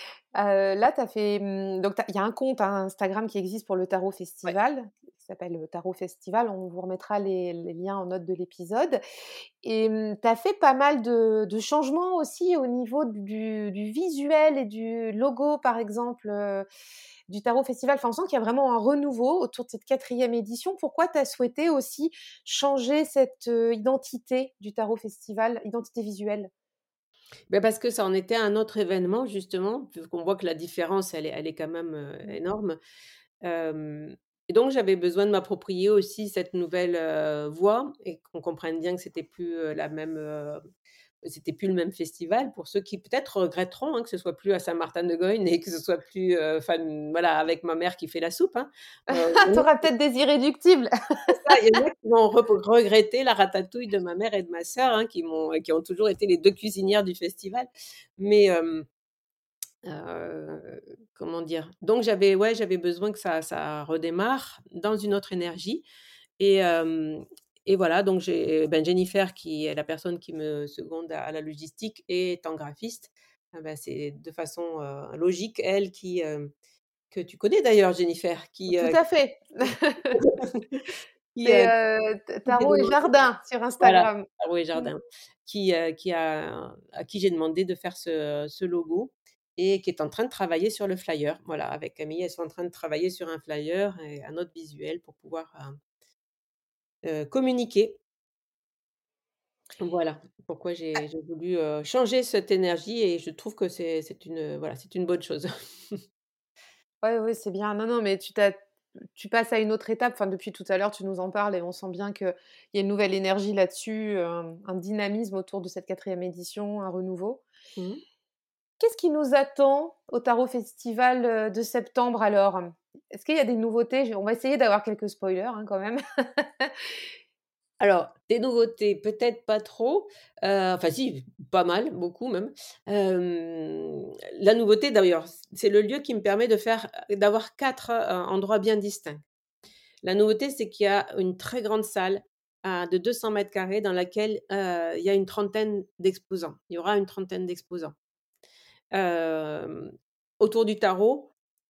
Speaker 1: là, tu as fait, mmh, donc tu as il y a un compte hein, Instagram qui existe pour le Tarot
Speaker 2: Ouais.
Speaker 1: Festival, qui s'appelle, heu, Tarot Festival. On vous remettra les les liens en note de l'épisode et mmh, tu as fait pas mal de de changements aussi au niveau du du visuel et du logo, par exemple, heu, du Tarot Festival. Enfin, on sent qu'il y a vraiment un renouveau autour de cette quatrième édition. Pourquoi tu as souhaité aussi changer cette, heu, identité du Tarot Festival, identité visuelle?
Speaker 2: Beh, parce que ça en était un autre événement justement, puisqu'on voit que la différence elle est elle est quand même, heu,
Speaker 1: Mmh.
Speaker 2: énorme. Hem et donc j'avais besoin de m'approprier aussi cette nouvelle, heu, voie et qu'on comprenne bien que c'était plus, heu, la même, heu, c'était plus le même festival pour ceux qui peut-être regretteront, hein, que ce soit plus à Saint-Martin-de-Goyne et que ce soit plus, heu, enfin voilà, avec ma mère qui fait la soupe, hein. Heu,
Speaker 1: Tu auras peut-être des irréductibles.
Speaker 2: c'est ça, il y en a qui vont rep regretter la ratatouille de ma mère et de ma sœur, hein, qui m'ont qui ont toujours été les deux cuisinières du festival. Mais, hem, heu, comment dire? Donc j'avais ouais, j'avais besoin que ça ça redémarre dans une autre énergie et hem et voilà, donc j'ai ben, Jennifer qui est la personne qui me seconde à à la logistique et étant graphiste, ah bah, c'est de façon, heu, logique elle qui, hem, que tu connais d'ailleurs Jennifer, qui,
Speaker 1: Tout
Speaker 2: heu,
Speaker 1: à fait.
Speaker 2: qui,
Speaker 1: C'est,
Speaker 2: heu
Speaker 1: heu, t
Speaker 2: qui j'ai
Speaker 1: Tarot et
Speaker 2: demandé
Speaker 1: jardin sur
Speaker 2: voilà,
Speaker 1: Instagram.
Speaker 2: Tarot et
Speaker 1: Mmh.
Speaker 2: Jardin, qui, heu, qui a à qui j'ai demandé de faire ce ce logo et qui est en train de travailler sur le flyer. Voilà, avec Camille, elles sont en train de travailler sur un flyer et un autre visuel pour pouvoir, heu heu, communiquer. Voilà, pourquoi j'ai j'ai voulu, heu, changer cette énergie et je trouve que c'est c'est une, voilà, c'est une bonne chose.
Speaker 1: Ouais, ouais, c'est bien. Non, non, mais tu t'as tu passes à une autre étape. Enfin, depuis tout à l'heure, tu nous en parles et on sent bien qu'il y a une nouvelle énergie là-dessus, un un dynamisme autour de cette quatrième édition, un renouveau.
Speaker 2: Mmh.
Speaker 1: Qu'est-ce qui nous attend au Tarot Festival, heu, de septembre alors? Est-ce qu'il y a des nouveautés? Je On va essayer d'avoir quelques spoilers, hein, quand même.
Speaker 2: Alors, des nouveautés, peut-être pas trop, heu, enfin si, pas mal, beaucoup même. Hem, la nouveauté d'ailleurs, c c'est le lieu qui me permet de faire d'avoir quatre heu, endroits bien distincts. La nouveauté, c'est qu'il y a une très grande salle, à de deux cents mètres carrés dans laquelle, heu, il y a une trentaine d'exposants. Il y aura une trentaine d'exposants. Hem, autour du tarot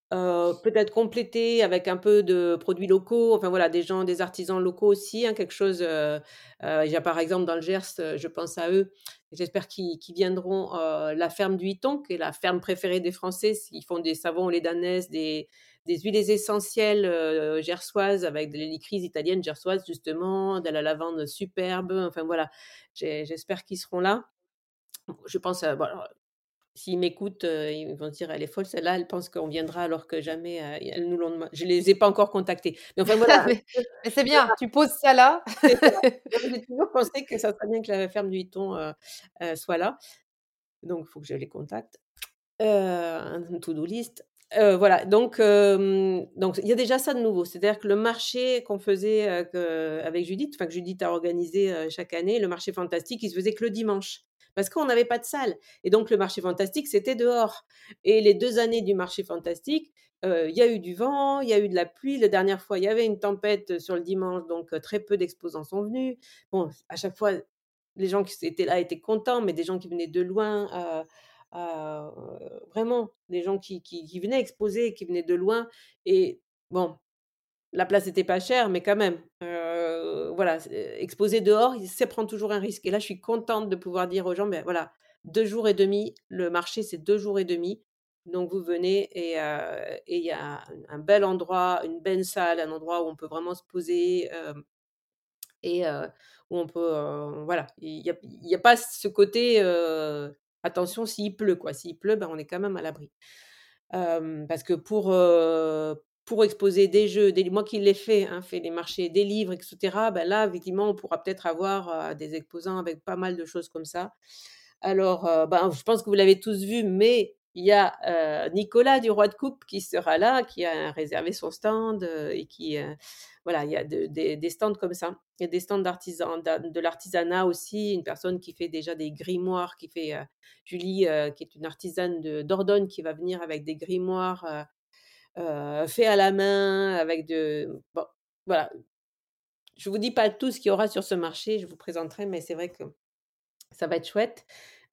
Speaker 2: Heu, peut-être compléter avec un peu de produits locaux, enfin voilà, des gens, des artisans locaux aussi, hein, quelque chose, heu heu, il y a par exemple dans le Gers, heu, je pense à eux, j'espère qu'ils qu'ils viendront, heu, la ferme du Hiton, qui est la ferme préférée des Français. S Ils font des savons au lait d'ânesse, des des huiles essentielles, heu, gersoises avec de l'hélicryse italienne gersoise justement, de la lavande superbe, enfin voilà. J'ai j'espère qu'ils seront là. Je pense à bon alors, s'ils m'écoutent, heu, ils vont se dire: «Elle est folle celle-là, elle pense qu'on viendra alors que jamais, heu, elles nous l'ont dema» je les ai pas encore contactés. Mais enfin voilà, un
Speaker 1: Mais
Speaker 2: peu
Speaker 1: mais c'est bien,
Speaker 2: voilà,
Speaker 1: tu poses ça là.
Speaker 2: c'est ça. Donc j'ai toujours pensé que ça serait bien que la ferme du Hiton, heu heu, soit là. Donc il faut que je les contacte. Heu, un une to do list. Heu, voilà, donc hem, donc il y a déjà ça de nouveau. C'est-à-dire que le marché qu'on faisait, heu, que avec Judith, enfin que Judith a organisé, heu, chaque année, le marché fantastique, il se faisait que le dimanche. Parce qu'on n'avait pas de salle et donc le marché fantastique, c'était dehors et les deux années du marché fantastique, heu, il y a eu du vent, il y a eu de la pluie. La dernière fois, il y avait une tempête, sur le dimanche, donc heu, très peu d'exposants sont venus. Bon, à chaque fois, les gens qui étaient là étaient contents, mais des gens qui venaient de loin, heu heu, vraiment, des gens qui qui qui venaient exposer, qui venaient de loin et bon, la place était pas chère, mais quand même, heu, voilà, c'est exposer dehors, il ça prend toujours un risque et là, je suis contente de pouvoir dire aux gens: «Beh, voilà, deux jours et demi, le marché, c'est deux jours et demi, donc vous venez et heu et il y a un un bel endroit, une belle salle, un endroit où on peut vraiment se poser, hem et heu, où on peut, heu, voilà, il y a il y a pas ce côté, heu, attention s'il pleut, quoi. S'il pleut, ben, on est quand même à l'abri». Hem, parce que pour, heu, pour exposer des jeux, des moi qui l'ai fait, hein, fait les marchés, des livres et cetera, bah, là, effectivement, on pourra peut-être avoir, heu, des exposants avec pas mal de choses comme ça. Alors, heu, ben, je pense que vous l'avez tous vu, mais il y a, heu, Nicolas du Roi de Coupe qui sera là, qui a réservé son stand, heu et qui, heu, voilà, il y a de des des stands comme ça. Il y a des stands d'artisans d'ar de l'artisanat aussi, une personne qui fait déjà des grimoires, qui fait, heu, Julie, heu, qui est une artisane de Dordogne qui va venir avec des grimoires, heu heu, faits à la main avec de bon, voilà. Je vous dis pas tout ce qu'il y aura sur ce marché, je vous présenterai, mais c'est vrai que ça va être chouette.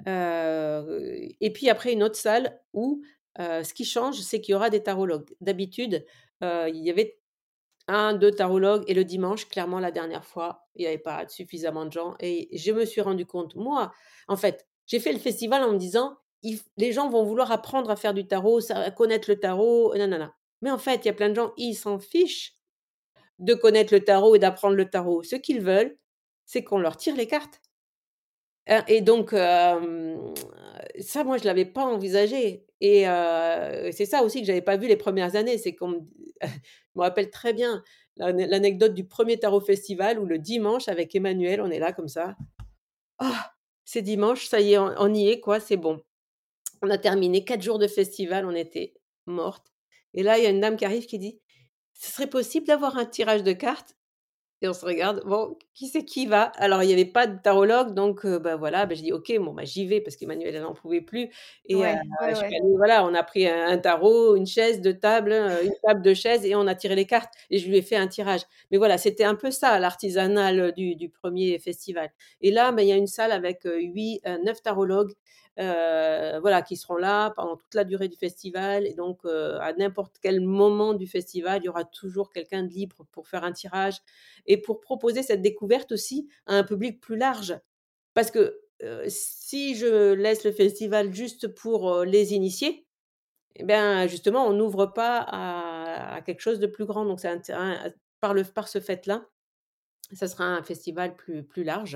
Speaker 2: Heu et puis après une autre salle où, heu, ce qui change, c'est qu'il y aura des tarologues. D'habitude, heu, il y avait un, deux tarologues et le dimanche, clairement la dernière fois, il y avait pas suffisamment de gens et je me suis rendu compte, moi, en fait, j'ai fait le festival en me disant: «Il f les gens vont vouloir apprendre à faire du tarot, ça connaître le tarot, nanana». Mais en fait, il y a plein de gens, ils s'en fichent de connaître le tarot et d'apprendre le tarot. Ce qu'ils veulent, c'est qu'on leur tire les cartes. Hein et donc hem, ça moi je l'avais pas envisagé et heu, c'est ça aussi que j'avais pas vu les premières années, c'est qu'on me je me rappelle très bien l'ane l'anecdote du premier tarot festival où le dimanche avec Emmanuel, on est là comme ça: «Ah, c'est dimanche, ça y est, on on y est quoi, c'est bon». On a terminé quatre jours de festival, on était mortes et là, il y a une dame qui arrive qui dit: «Ce serait possible d'avoir un tirage de cartes?» Et on se regarde, bon, qui c'est qui va? Alors il y avait pas de tarologue donc heu, bah, voilà, bah, j'ai dit: «OK, bon, bah, j'y vais» parce qu'Emmanuelle, elle en pouvait plus et heu,
Speaker 1: Ouais, ouais,
Speaker 2: je suis
Speaker 1: ouais.
Speaker 2: allée voilà, on a pris un un tarot, une chaise, deux tables, heu, une table, deux chaises et on a tiré les cartes et je lui ai fait un tirage. Mais voilà, c'était un peu ça l'artisanal, du du premier festival et là, bah, il y a une salle avec, heu, huit, heu, neuf tarologues, heu, voilà, qui seront là pendant toute la durée du festival et donc heu, à n'importe quel moment du festival, il y aura toujours quelqu'un de libre pour faire un tirage et pour proposer cette découverte aussi à un public plus large. Parce que, heu, si je laisse le festival juste pour, heu, les initiés, et bien, justement, on n'ouvre pas à à quelque chose de plus grand. Donc c'est int un par le par ce fait-là, ça sera un festival plus plus large.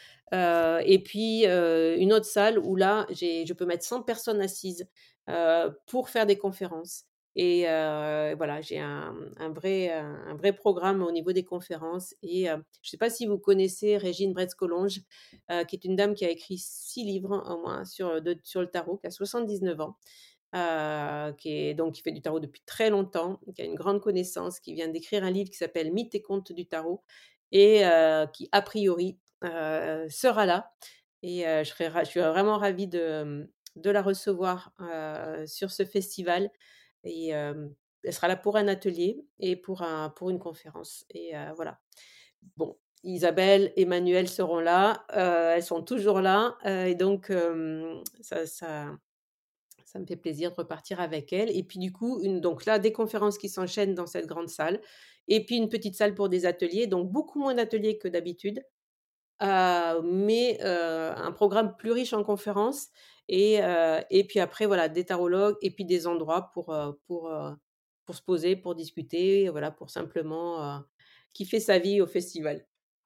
Speaker 2: Heu et puis, heu, une autre salle où là, j'ai je peux mettre cent personnes assises, heu, pour faire des conférences et heu, voilà, j'ai un un vrai, un un vrai programme au niveau des conférences et heu, je ne sais pas si vous connaissez Régine Bretz-Collonges, heu, qui est une dame qui a écrit six livres au moins sur, de sur le tarot, qui a soixante-dix-neuf ans, heu, qui est donc qui fait du tarot depuis très longtemps, qui a une grande connaissance, qui vient d'écrire un livre qui s'appelle «Mythes et contes du tarot» et heu, qui a priori, heu, sera là et heu, je serais ra je suis vraiment ravie de, mmh, de la recevoir, heu, sur ce festival et hem, elle sera là pour un atelier et pour un pour une conférence et heu, voilà. Bon, Isabelle, Emmanuel seront là, heu, elles sont toujours là, heu et donc hem, ça ça Ça me fait plaisir de repartir avec elle et puis du coup, une donc là, des conférences qui s'enchaînent dans cette grande salle et puis une petite salle pour des ateliers, donc beaucoup moins d'ateliers que d'habitude, heu, mais heu, un programme plus riche en conférences et heu et puis après voilà, des tarologues et puis des endroits pour, heu pour, heu, pour se poser, pour discuter, voilà, pour simplement, heu, kiffer sa vie au festival.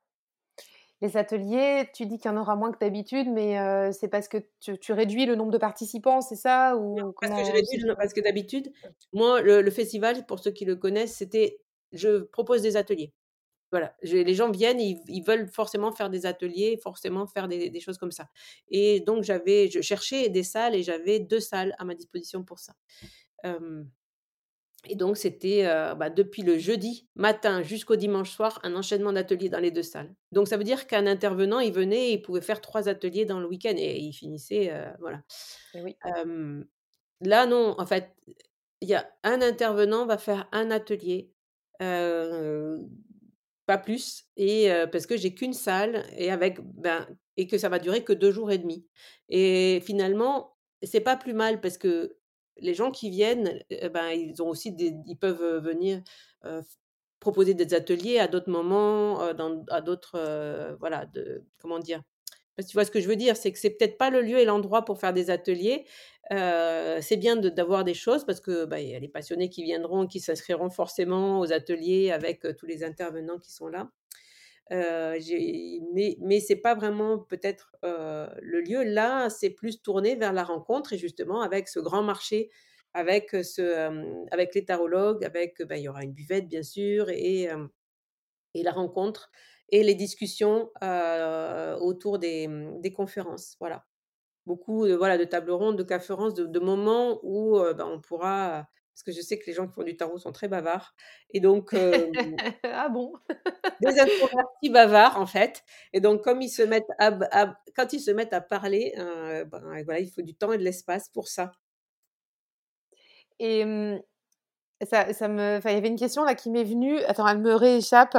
Speaker 1: Les ateliers, tu dis qu'il y en aura moins que d'habitude, mais heu, c'est parce que tu tu réduis le nombre de participants, c'est ça?
Speaker 2: Non,
Speaker 1: Ou
Speaker 2: parce que je
Speaker 1: comment
Speaker 2: réduis
Speaker 1: c'est
Speaker 2: le
Speaker 1: fait?
Speaker 2: parce que d'habitude, moi, le le festival, pour ceux qui le connaissent, c'était je propose des ateliers. Voilà, je les gens viennent, ils ils veulent forcément faire des ateliers, forcément faire des des choses comme ça et donc j'avais je cherchais des salles et j'avais deux salles à ma disposition pour ça. Hem Et donc c'était, heu, bah, depuis le jeudi matin jusqu'au dimanche soir, un enchaînement d'ateliers dans les deux salles. Donc ça veut dire qu'un intervenant, il venait et il pouvait faire trois ateliers dans le week-end et il finissait, heu, voilà.
Speaker 1: Et oui.
Speaker 2: Hem, Là non, en fait, il y a un intervenant va faire un atelier, heu, pas plus et heu, parce que j'ai qu'une salle et avec ben et que ça va durer que deux jours et demi et finalement, c'est pas plus mal parce que les gens qui viennent, heu, ben, ils ont aussi des ils peuvent, heu, venir, heu, f proposer des ateliers à d'autres moments, heu, dans à d'autres, heu, voilà, de comment dire? Parce que tu vois ce que je veux dire? C'est que c'est peut-être pas le lieu et l'endroit pour faire des ateliers. Heu, c'est bien de d'avoir des choses parce que, bah, il y a les passionnés qui viendront, qui s'inscriront forcément aux ateliers avec, heu, tous les intervenants qui sont là. Heu, j'ai mais mais c'est pas vraiment peut-être, heu, le lieu. Là, c'est plus tourné vers la rencontre et justement avec ce grand marché, avec, heu, ce, hem, avec les tarologues, avec, heu, bah, il y aura une buvette bien sûr et hem et la rencontre et les discussions, heu, autour des, mmh, des conférences, voilà. Beaucoup, heu, voilà, de tables rondes, de conférences, de de moments où, heu, bah, on pourra parce que je sais que les gens qui font du tarot sont très bavards et donc heu,
Speaker 1: Ah bon?
Speaker 2: des introvertis bavards, en fait et donc comme ils se mettent à b à quand ils se mettent à parler, heu, ben, voilà, il faut du temps et de l'espace pour ça.
Speaker 1: Et mmh, ça ça me enfin, il y avait une question là qui m'est venue. Attends, elle me rééchappe.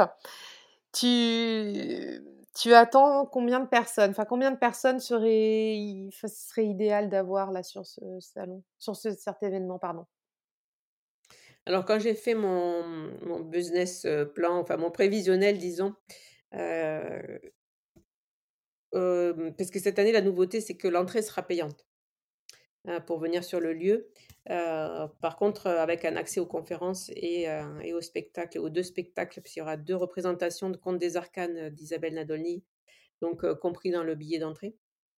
Speaker 1: Tu tu attends combien de personnes? Enfin, combien de personnes seraient i enfin, ce serait idéal d'avoir là sur ce salon? Sur ce cet événement, pardon.
Speaker 2: Alors quand j'ai fait mon mon business, heu, plan, enfin mon prévisionnel disons, heu Hem, parce que cette année, la nouveauté, c'est que l'entrée sera payante, heu, pour venir sur le lieu. Heu, par contre, heu, avec un accès aux conférences et heu et aux spectacles, aux deux spectacles, puisqu'il y aura deux représentations de Contes des Arcanes, heu, d'Isabelle Nadolny, donc heu, compris dans le billet d'entrée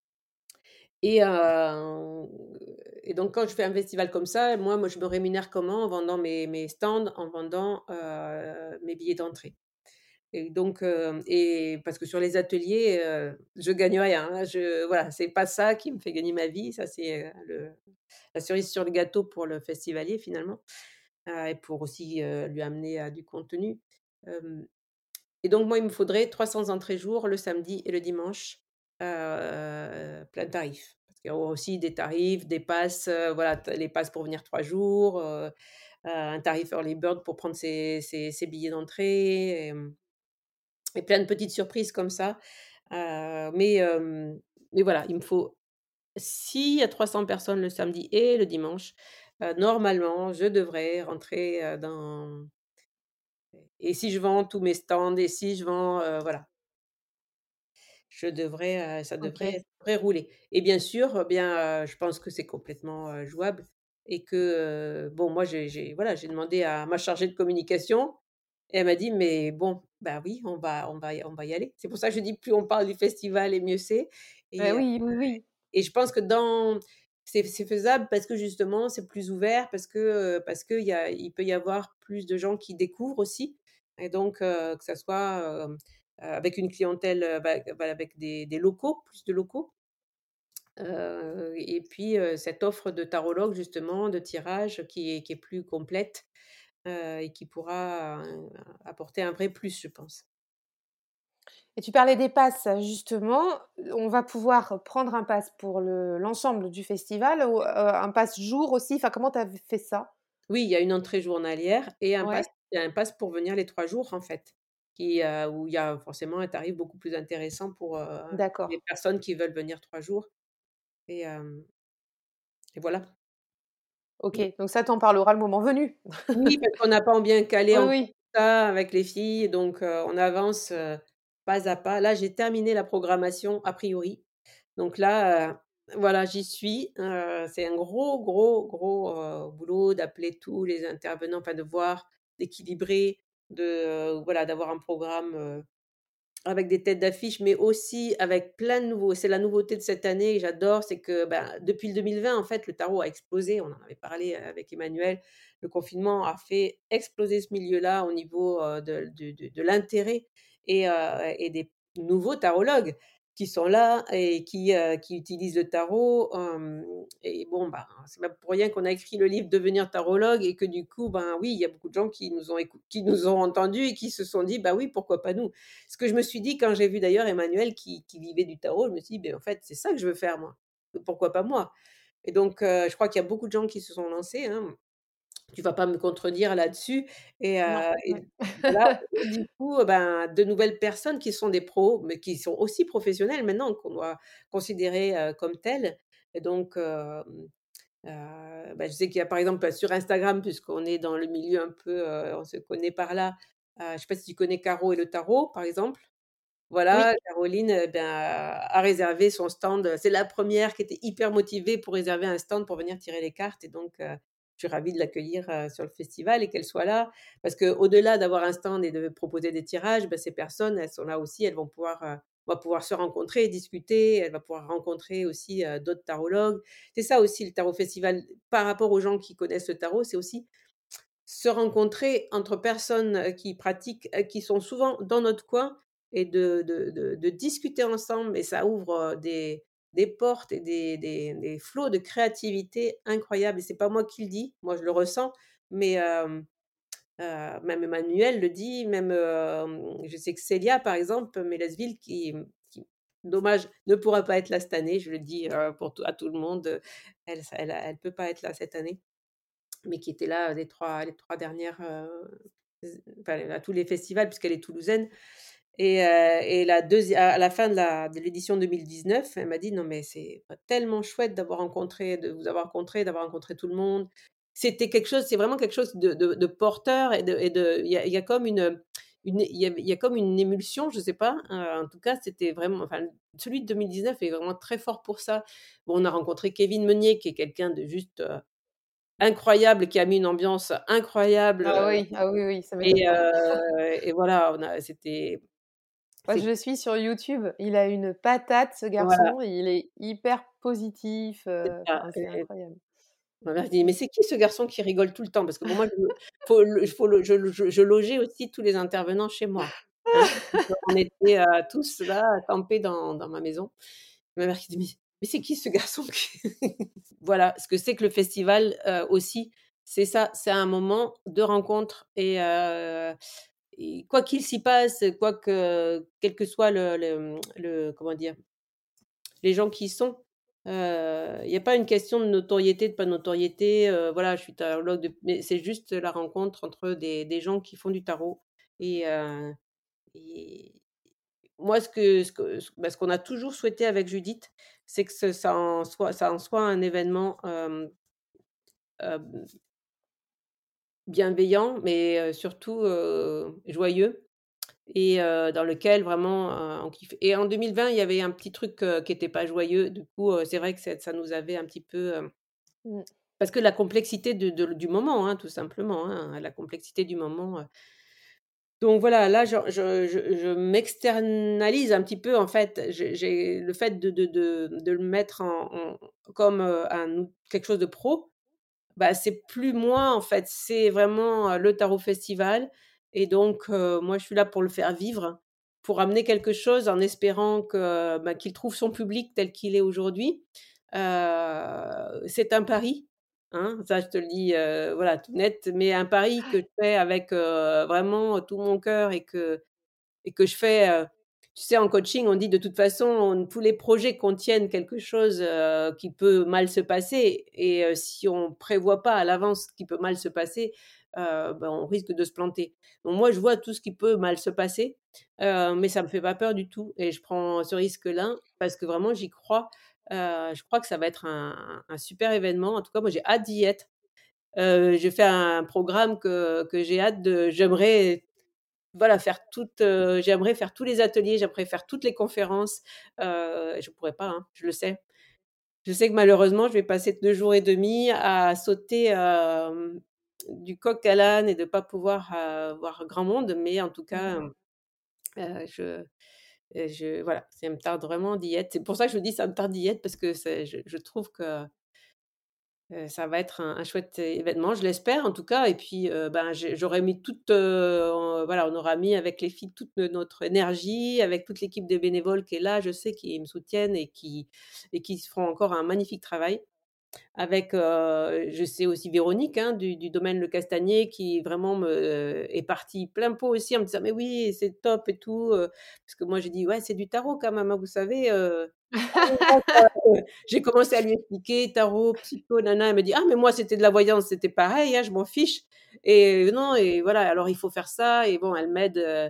Speaker 2: et heu et donc quand je fais un festival comme ça, moi moi, je me rémunère comment? En vendant mes mes stands, en vendant, heu, mes billets d'entrée. Et donc heu et parce que sur les ateliers, heu, je gagne rien, hein. Je voilà, c'est pas ça qui me fait gagner ma vie. Ça, c'est, heu, le la cerise sur le gâteau pour le festivalier finalement, heu et pour aussi, heu, lui amener, heu, du contenu. Hem et donc moi, il me faudrait trois cents entrées jour le samedi et le dimanche, heu, plein tarif. Parce qu'il y aura aussi des tarifs, des passes, heu, voilà, t les passes pour venir trois jours, heu, heu, un tarif early bird pour prendre ses ses ses billets d'entrée, hem et plein de petites surprises comme ça. Heu, mais hem, mais voilà, il me faut s'il y a trois cents personnes le samedi et le dimanche, heu, normalement, je devrais rentrer, heu, dans et si je vends tous mes stands et si je vends, heu, voilà, je devrais, heu, ça devrait
Speaker 1: OK.
Speaker 2: ça devrait rouler et bien sûr, heu, bien, heu, je pense que c'est complètement, heu, jouable et que, heu, bon, moi, j'ai j'ai voilà, j'ai demandé à ma chargée de communication et elle m'a dit: «Mais bon, bah, oui, on va on va y on va y aller». C'est pour ça que je dis plus on parle du festival et mieux c'est
Speaker 1: Bah,
Speaker 2: et heu
Speaker 1: oui, oui, oui.
Speaker 2: et je pense que dans c'est c'est faisable parce que justement c'est plus ouvert, parce que, heu, parce qu'il y a il peut y avoir plus de gens qui découvrent aussi et donc heu, que ça soit, hem, heu, avec une clientèle, heu, bah, bah, avec des des locaux, plus de locaux, heu et puis, heu, cette offre de tarologue justement, de tirage qui est qui est plus complète, heu et qui pourra, heu, apporter un vrai plus, je pense.
Speaker 1: Et tu parlais des passes, justement, on va pouvoir prendre un pass pour le l'ensemble du festival ou, heu, un pass jour aussi? Enfin, comment tu as fait ça?
Speaker 2: Oui, il y a une entrée journalière et un pass
Speaker 1: Ouais?
Speaker 2: il y a un pass pour venir les trois jours, en fait, qui, heu, où il y a forcément un tarif beaucoup plus intéressant pour, heu,
Speaker 1: D'accord.
Speaker 2: les personnes qui veulent venir trois jours et hem et voilà.
Speaker 1: OK, donc ça, tu en parleras le moment venu?
Speaker 2: Oui, parce qu'on n'a pas bien calé
Speaker 1: Oui,
Speaker 2: encore
Speaker 1: oui.
Speaker 2: ça avec les filles, donc heu, on avance, heu, pas à pas. Là, j'ai terminé la programmation a priori, donc là, heu, voilà, j'y suis. Heu, c'est un gros, gros, gros, heu, boulot d'appeler tous les intervenants, enfin de voir, d'équilibrer, de, heu, voilà, d'avoir un programme, heu avec des têtes d'affiche, mais aussi avec plein de nouveaux c'est la nouveauté de cette année et j'adore, c'est que, ben, depuis le deux mille vingt, en fait, le tarot a explosé. On en avait parlé, heu, avec Emmanuel. Le confinement a fait exploser ce milieu-là au niveau, heu, de de de de l'intérêt et heu et des nouveaux tarologues qui sont là et qui, heu, qui utilisent le tarot, hem et bon, ben, c'est pas pour rien qu'on a écrit le livre «Devenir tarologue» et que du coup, ben, oui, il y a beaucoup de gens qui nous ont écou qui nous ont entendus et qui se sont dit: «Bah oui, pourquoi pas nous?» Ce que je me suis dit quand j'ai vu d'ailleurs Emmanuel qui qui vivait du tarot, je me suis dit: «Beh, en fait, c'est ça que je veux faire moi, pourquoi pas moi?» Et donc heu, je crois qu'il y a beaucoup de gens qui se sont lancés, hein. Tu vas pas me contredire là-dessus et
Speaker 1: Non,
Speaker 2: heu et
Speaker 1: ouais.
Speaker 2: voilà et du coup, ben, de nouvelles personnes qui sont des pros, mais qui sont aussi professionnels maintenant, qu'on doit considérer, heu, comme tels et donc hem, heu, bah, je sais qu'il y a par exemple, sur Instagram, puisqu'on est dans le milieu un peu, heu, on se connaît par là, heu, je sais pas si tu connais Caro et le tarot, par exemple? Voilà,
Speaker 1: Oui.
Speaker 2: Caroline, heu, ben, a réservé son stand, c'est la première qui était hyper motivée pour réserver un stand pour venir tirer les cartes et donc heu, je suis ravie de l'accueillir, heu, sur le festival et qu'elle soit là. Parce qu'au-delà d'avoir un stand et de proposer des tirages, bah, ces personnes, elles sont là aussi, elles vont pouvoir, heu, on va pouvoir se rencontrer et discuter. Elle va pouvoir rencontrer aussi, heu, d'autres tarologues. C'est ça aussi le Tarot Festival par rapport aux gens qui connaissent le tarot, c'est aussi se rencontrer entre personnes, heu, qui pratiquent, heu, qui sont souvent dans notre coin et de de de de discuter ensemble et ça ouvre, heu, des des portes et des des des flots de créativité incroyables et c'est pas moi qui le dis, moi je le ressens, mais hem, heu, même Emmanuel le dit, même, hem, je sais que Célia par exemple, Mélesville qui, mmh, qui dommage ne pourra pas être là cette année, je le dis, heu, pour tout à tout le monde, heu, elle s elle a elle peut pas être là cette année mais qui était là les trois les trois dernières, heu, z enfin à tous les festivals puisqu'elle est toulousaine et heu et la deuxi à à la fin de la de l'édition deux mille dix-neuf, elle m'a dit: «Non mais c'est tellement chouette d'avoir rencontré de vous avoir rencontré, d'avoir rencontré tout le monde». C'était quelque chose c'est vraiment quelque chose de de de porteur et de et de il y a il y a comme une, une il y a il y a comme une émulsion, je sais pas, heu, en tout cas, c'était vraiment enfin, celui de deux mille dix-neuf est vraiment très fort pour ça. Bon, on a rencontré Kevin Meunier qui est quelqu'un de juste, heu incroyable, qui a mis une ambiance incroyable,
Speaker 1: Ah
Speaker 2: heu
Speaker 1: oui, ah oui, oui, ça m'étonne
Speaker 2: et
Speaker 1: pas.
Speaker 2: heu et voilà, on a c'était
Speaker 1: Moi,
Speaker 2: c'est
Speaker 1: je le suis sur YouTube, il a une patate ce
Speaker 2: voilà,
Speaker 1: garçon, il est hyper positif,
Speaker 2: c'est
Speaker 1: heu,
Speaker 2: ça
Speaker 1: enfin, c'est
Speaker 2: et
Speaker 1: incroyable.
Speaker 2: ma mère dit: «Mais
Speaker 1: Mmh.
Speaker 2: c'est qui ce garçon qui rigole tout le temps?» parce que bon, moi, je faut le faut le je je je logeais aussi tous les intervenants chez moi, hein. Donc on était, heu, tous là, campés dans dans ma maison. Ma mère qui dit: «Mais mais c'est qui ce garçon qui» voilà, ce que c'est que le festival, heu, aussi, c'est ça, c'est un moment de rencontre et heu et quoi qu'il s'y passe, quoi que quel que soit le le, mmh, le comment dire? Les gens qui y sont, heu, il y a pas une question de notoriété, de pas notoriété, heu, voilà, je suis tarologue de mais c'est juste la rencontre entre des des gens qui font du tarot et heu et moi ce que ce que ce bah, ce qu'on a toujours souhaité avec Judith, c'est que ce ça en soit ça en soit un événement, hem, hem bienveillant, mais heu, surtout, heu, joyeux et heu, dans lequel vraiment, heu, on kiffe et en deux mille vingt, il y avait un petit truc, heu, qui était pas joyeux. Du coup, heu, c'est vrai que ça ça nous avait un petit peu, hem
Speaker 1: Mmh.
Speaker 2: parce que la complexité de de du moment, hein, tout simplement, hein, la complexité du moment, heu donc voilà, là, je je je je m'externalise un petit peu, en fait. J'ai j'ai le fait de de de de le mettre en en comme, heu, un out quelque chose de pro. Bah, c'est plus moi, en fait, c'est vraiment, heu, le tarot festival et donc heu, moi, je suis là pour le faire vivre, pour amener quelque chose en espérant que, bah, qu'il trouve son public tel qu'il est aujourd'hui. Heu, c'est un pari, hein, ça je te le dis, heu, voilà, tout net, mais un pari que je fais avec, heu, vraiment tout mon cœur et que et que je fais, heu, tu sais, en coaching, on dit: «De toute façon, on tous les projets contiennent quelque chose, heu, qui peut mal se passer et heu, si on prévoit pas à l'avance ce qui peut mal se passer, heu, ben, on risque de se planter». Donc moi, je vois tout ce qui peut mal se passer, heu, mais ça me fait pas peur du tout et je prends ce risque-là parce que vraiment j'y crois. Heu, je crois que ça va être un un super événement. En tout cas, moi, j'ai hâte d'y être. Heu, je fais un programme que que j'ai hâte de j'aimerais, voilà, faire toutes, heu, j'aimerais faire tous les ateliers, j'aimerais faire toutes les conférences, heu, je pourrais pas, hein, je le sais. Je sais que malheureusement, je vais passer deux jours et demi à sauter, hem, du coq à l'âne et de pas pouvoir, heu, voir grand monde, mais en tout
Speaker 1: Mmh.
Speaker 2: cas, heu, je heu, je voilà, ça me tarde vraiment d'y être. C'est pour ça que je me dis: «Ça me tarde d'y être» parce que c'est je je trouve que Heu, ça va être un un chouette événement, je l'espère en tout cas et puis, heu, ben, j'ai j'aurais mis toute, heu, en voilà, on aura mis avec les filles toute no notre énergie, avec toute l'équipe de bénévoles qui est là, je sais, qui me soutiennent et qui et qui s feront encore un magnifique travail. Avec, heu, je sais aussi Véronique, hein, du du domaine Le Castagnier qui vraiment me est partie plein pot aussi en me disant: «Mais oui, c'est top et tout», heu, parce que moi j'ai dit: «Ouais, c'est du tarot quand même, hein, vous savez, heu». «Ah oui, d'accord». J'ai commencé à lui expliquer tarot, psycho, nana, elle me dit: «Ah mais moi c'était de la voyance, c'était pareil, hein, je m'en fiche» et non et voilà, alors il faut faire ça et bon elle m'aide, heu, heu,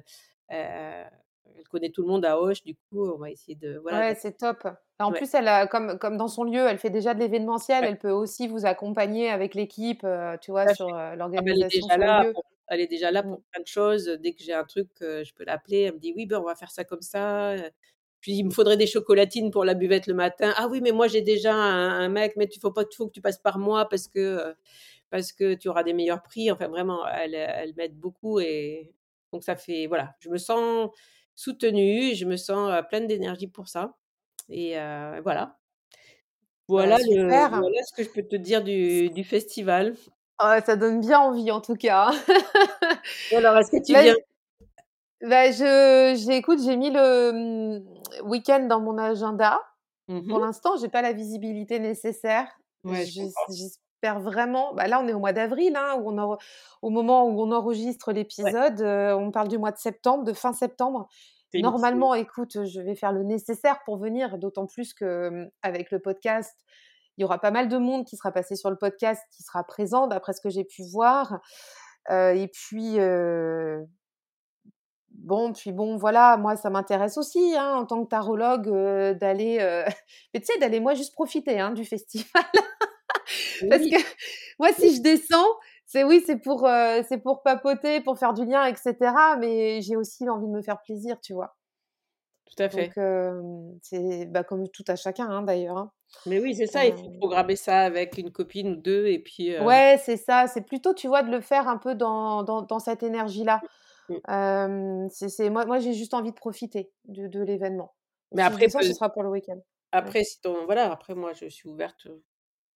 Speaker 2: elle connaît tout le monde à Auch, du coup on va essayer de voilà de
Speaker 1: Ouais, c'est top. En
Speaker 2: ouais,
Speaker 1: plus, elle a comme comme dans son lieu, elle fait déjà de l'événementiel,
Speaker 2: ouais.
Speaker 1: elle peut aussi vous accompagner avec l'équipe, heu, tu vois,
Speaker 2: Tout à
Speaker 1: sur,
Speaker 2: fait.
Speaker 1: heu,
Speaker 2: Ah bah, elle est
Speaker 1: l'organisation
Speaker 2: déjà
Speaker 1: sur le
Speaker 2: là
Speaker 1: lieu.
Speaker 2: pour elle est déjà là
Speaker 1: Mmh.
Speaker 2: pour plein de choses, dès que j'ai un truc, heu, je peux l'appeler, elle me dit: «Oui, ben, on va faire ça comme ça, heu». Puis il me faudrait des chocolatines pour la buvette le matin. «Ah oui, mais moi j'ai déjà un un mec, mais tu faut pas faut que tu passes par moi parce que, heu, parce que tu auras des meilleurs prix». Enfin vraiment, elle, elle m'aide beaucoup et donc ça fait voilà, je me sens soutenue, je me sens, heu, pleine d'énergie pour ça et heu, voilà.
Speaker 1: Bah,
Speaker 2: Voilà le
Speaker 1: super.
Speaker 2: voilà ce que je peux te dire du du festival.
Speaker 1: Ah, ça donne bien envie en tout cas, hein.
Speaker 2: Et alors, est-ce que tu
Speaker 1: Là,
Speaker 2: viens?
Speaker 1: bah, je j'ai écoute, j'ai mis le, mmh, week-end dans mon agenda.
Speaker 2: Mmh
Speaker 1: Pour
Speaker 2: mh.
Speaker 1: l'instant, j'ai pas la visibilité nécessaire.
Speaker 2: Ouais, je
Speaker 1: J'es
Speaker 2: comprends.
Speaker 1: j'espère vraiment bah, là, on est au mois d'avril, hein, où on enre au moment où on enregistre
Speaker 2: Ouais,
Speaker 1: l'épisode, heu, on parle du mois de septembre, de fin septembre.
Speaker 2: c'est une c'est
Speaker 1: Normalement, écoute, je vais faire le nécessaire pour venir, d'autant plus que, mmh, avec le podcast, il y aura pas mal de monde qui sera passé sur le podcast, qui sera présent d'après ce que j'ai pu voir. Heu et puis, heu, bon, puis bon, voilà, moi, ça m'intéresse aussi, hein, en tant que tarologue, heu, d'aller, heu mais tu sais, d'aller moi juste profiter, hein, du festival. Parce
Speaker 2: oui,
Speaker 1: que moi,
Speaker 2: oui,
Speaker 1: si je descends, c'est oui, c'est pour, heu, c'est pour papoter, pour faire du lien et cetera, mais j'ai aussi envie de me faire plaisir, tu vois?
Speaker 2: tout à fait.
Speaker 1: Donc hem, c'est, bah, comme tout à chacun, hein, d'ailleurs, hein.
Speaker 2: Mais oui, c'est ça, il faut
Speaker 1: Hem,
Speaker 2: programmer ça avec une copine ou deux et puis, heu,
Speaker 1: ouais, c'est ça, c'est plutôt, tu vois, de le faire un peu dans dans dans cette énergie-là.
Speaker 2: mmh.
Speaker 1: Hem, c'est c'est moi moi, j'ai juste envie de profiter de de l'événement.
Speaker 2: Mais
Speaker 1: Si je
Speaker 2: après
Speaker 1: descends,
Speaker 2: peut
Speaker 1: ce sera pour le week-end. Ouais.
Speaker 2: après si ton voilà, après moi je suis ouverte, heu,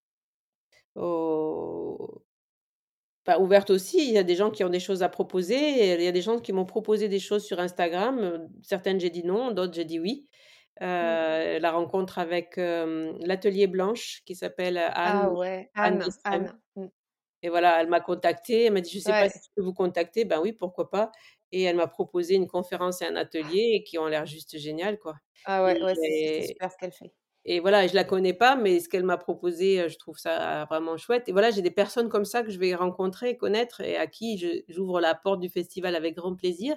Speaker 2: au enfin ouverte aussi, il y a des gens qui ont des choses à proposer et il y a des gens qui m'ont proposé des choses sur Instagram, heu, certaines j'ai dit non, d'autres j'ai dit oui. Heu,
Speaker 1: Mmh.
Speaker 2: la rencontre avec, hem, l'Atelier Blanche qui s'appelle Anne
Speaker 1: Ah ouais,
Speaker 2: Anne
Speaker 1: Anne,
Speaker 2: Guilstrem.
Speaker 1: Anne. Mmh.
Speaker 2: Et voilà, elle m'a contactée, elle m'a dit: «Je sais pas si
Speaker 1: Ouais.
Speaker 2: je peux vous contacter?» Ben oui, pourquoi pas et elle m'a proposé une conférence et un atelier et qui ont l'air juste génial, quoi
Speaker 1: Ah ouais, ouais, c'est c'est
Speaker 2: et
Speaker 1: super ce qu'elle fait.
Speaker 2: et voilà, je la connais pas, mais ce qu'elle m'a proposé, heu, je trouve ça vraiment chouette et voilà, j'ai des personnes comme ça que je vais rencontrer, connaître et à qui je j'ouvre la porte du festival avec grand plaisir.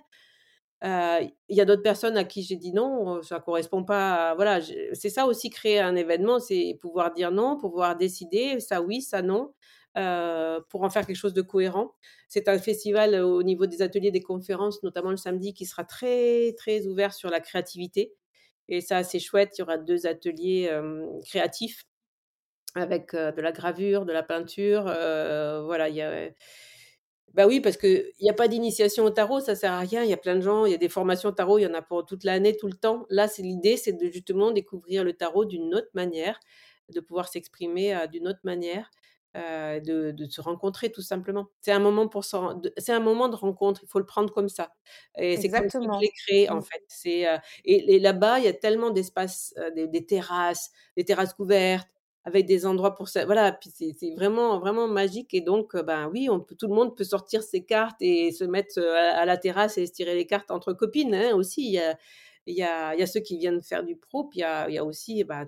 Speaker 2: Heu, il y a d'autres personnes à qui j'ai dit: «Non, heu, ça correspond pas à» voilà, je c'est ça aussi créer un événement, c'est pouvoir dire non, pouvoir décider, ça oui, ça non, heu, pour en faire quelque chose de cohérent. C'est un festival, heu, au niveau des ateliers, des conférences, notamment le samedi, qui sera très, très ouvert sur la créativité et ça, c'est chouette. Il y aura deux ateliers, hem, créatifs avec, heu, de la gravure, de la peinture, heu, voilà, il y a bah, oui, parce qu'il y a pas d'initiation au tarot, ça sert à rien. Il y a plein de gens, il y a des formations tarot, il y en a pour toute l'année, tout le temps. Là, c'est l'idée, c'est de justement découvrir le tarot d'une autre manière, de pouvoir s'exprimer, heu, d'une autre manière, heu, de de se rencontrer tout simplement. C'est un moment pour se ren de c'est un moment de rencontre, il faut le prendre comme ça et c'est comme ça que je l'ai
Speaker 1: Exactement.
Speaker 2: créé, en
Speaker 1: Mmh.
Speaker 2: fait. C'est, heu et et là-bas, il y a tellement d'espaces, heu, des des terrasses, des terrasses couvertes, avec des endroits pour ça voilà, puis c'est c'est vraiment vraiment magique et donc heu, ben, oui, on peut tout le monde peut sortir ses cartes et se mettre, heu, à à la terrasse et se tirer les cartes entre copines, hein, aussi. Il y a il y a il y a ceux qui viennent faire du pro, puis il y a il y a aussi, bah,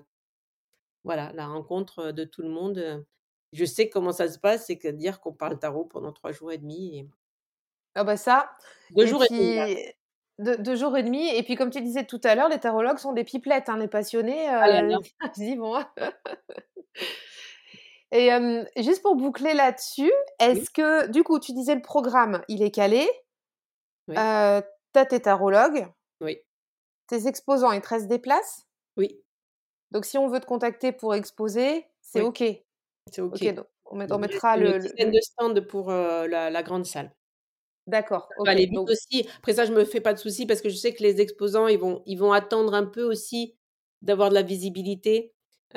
Speaker 2: voilà, la rencontre, heu, de tout le monde, heu. Je sais comment ça se passe, c'est que dire qu'on parle tarot pendant trois jours et demi et
Speaker 1: Ah bah ça
Speaker 2: deux
Speaker 1: et
Speaker 2: jours et demi là.
Speaker 1: puis deux 2 jours et demi et puis comme tu disais tout à l'heure, les tarologues sont des pipelettes, hein, les passionnés,
Speaker 2: Ah là
Speaker 1: heu,
Speaker 2: là,
Speaker 1: ils y vont, hein. Et hem, juste pour boucler là-dessus,
Speaker 2: Oui,
Speaker 1: est-ce que du coup, tu disais le programme, il est calé,
Speaker 2: oui,
Speaker 1: heu, tu as tes tarologues,
Speaker 2: oui,
Speaker 1: tes exposants, il te reste des places?
Speaker 2: oui,
Speaker 1: Donc si on veut te contacter pour exposer, c'est
Speaker 2: oui,
Speaker 1: OK?
Speaker 2: c'est OK.
Speaker 1: OK, donc on met on
Speaker 2: Il me reste
Speaker 1: mettra
Speaker 2: une
Speaker 1: le le
Speaker 2: dizaine
Speaker 1: le
Speaker 2: de stands pour, heu, la la grande salle.
Speaker 1: d'accord,
Speaker 2: Ça peut
Speaker 1: OK,
Speaker 2: aller vite
Speaker 1: donc
Speaker 2: aussi. Après ça, je me fais pas de soucis parce que je sais que les exposants, ils vont ils vont attendre un peu aussi d'avoir de la visibilité.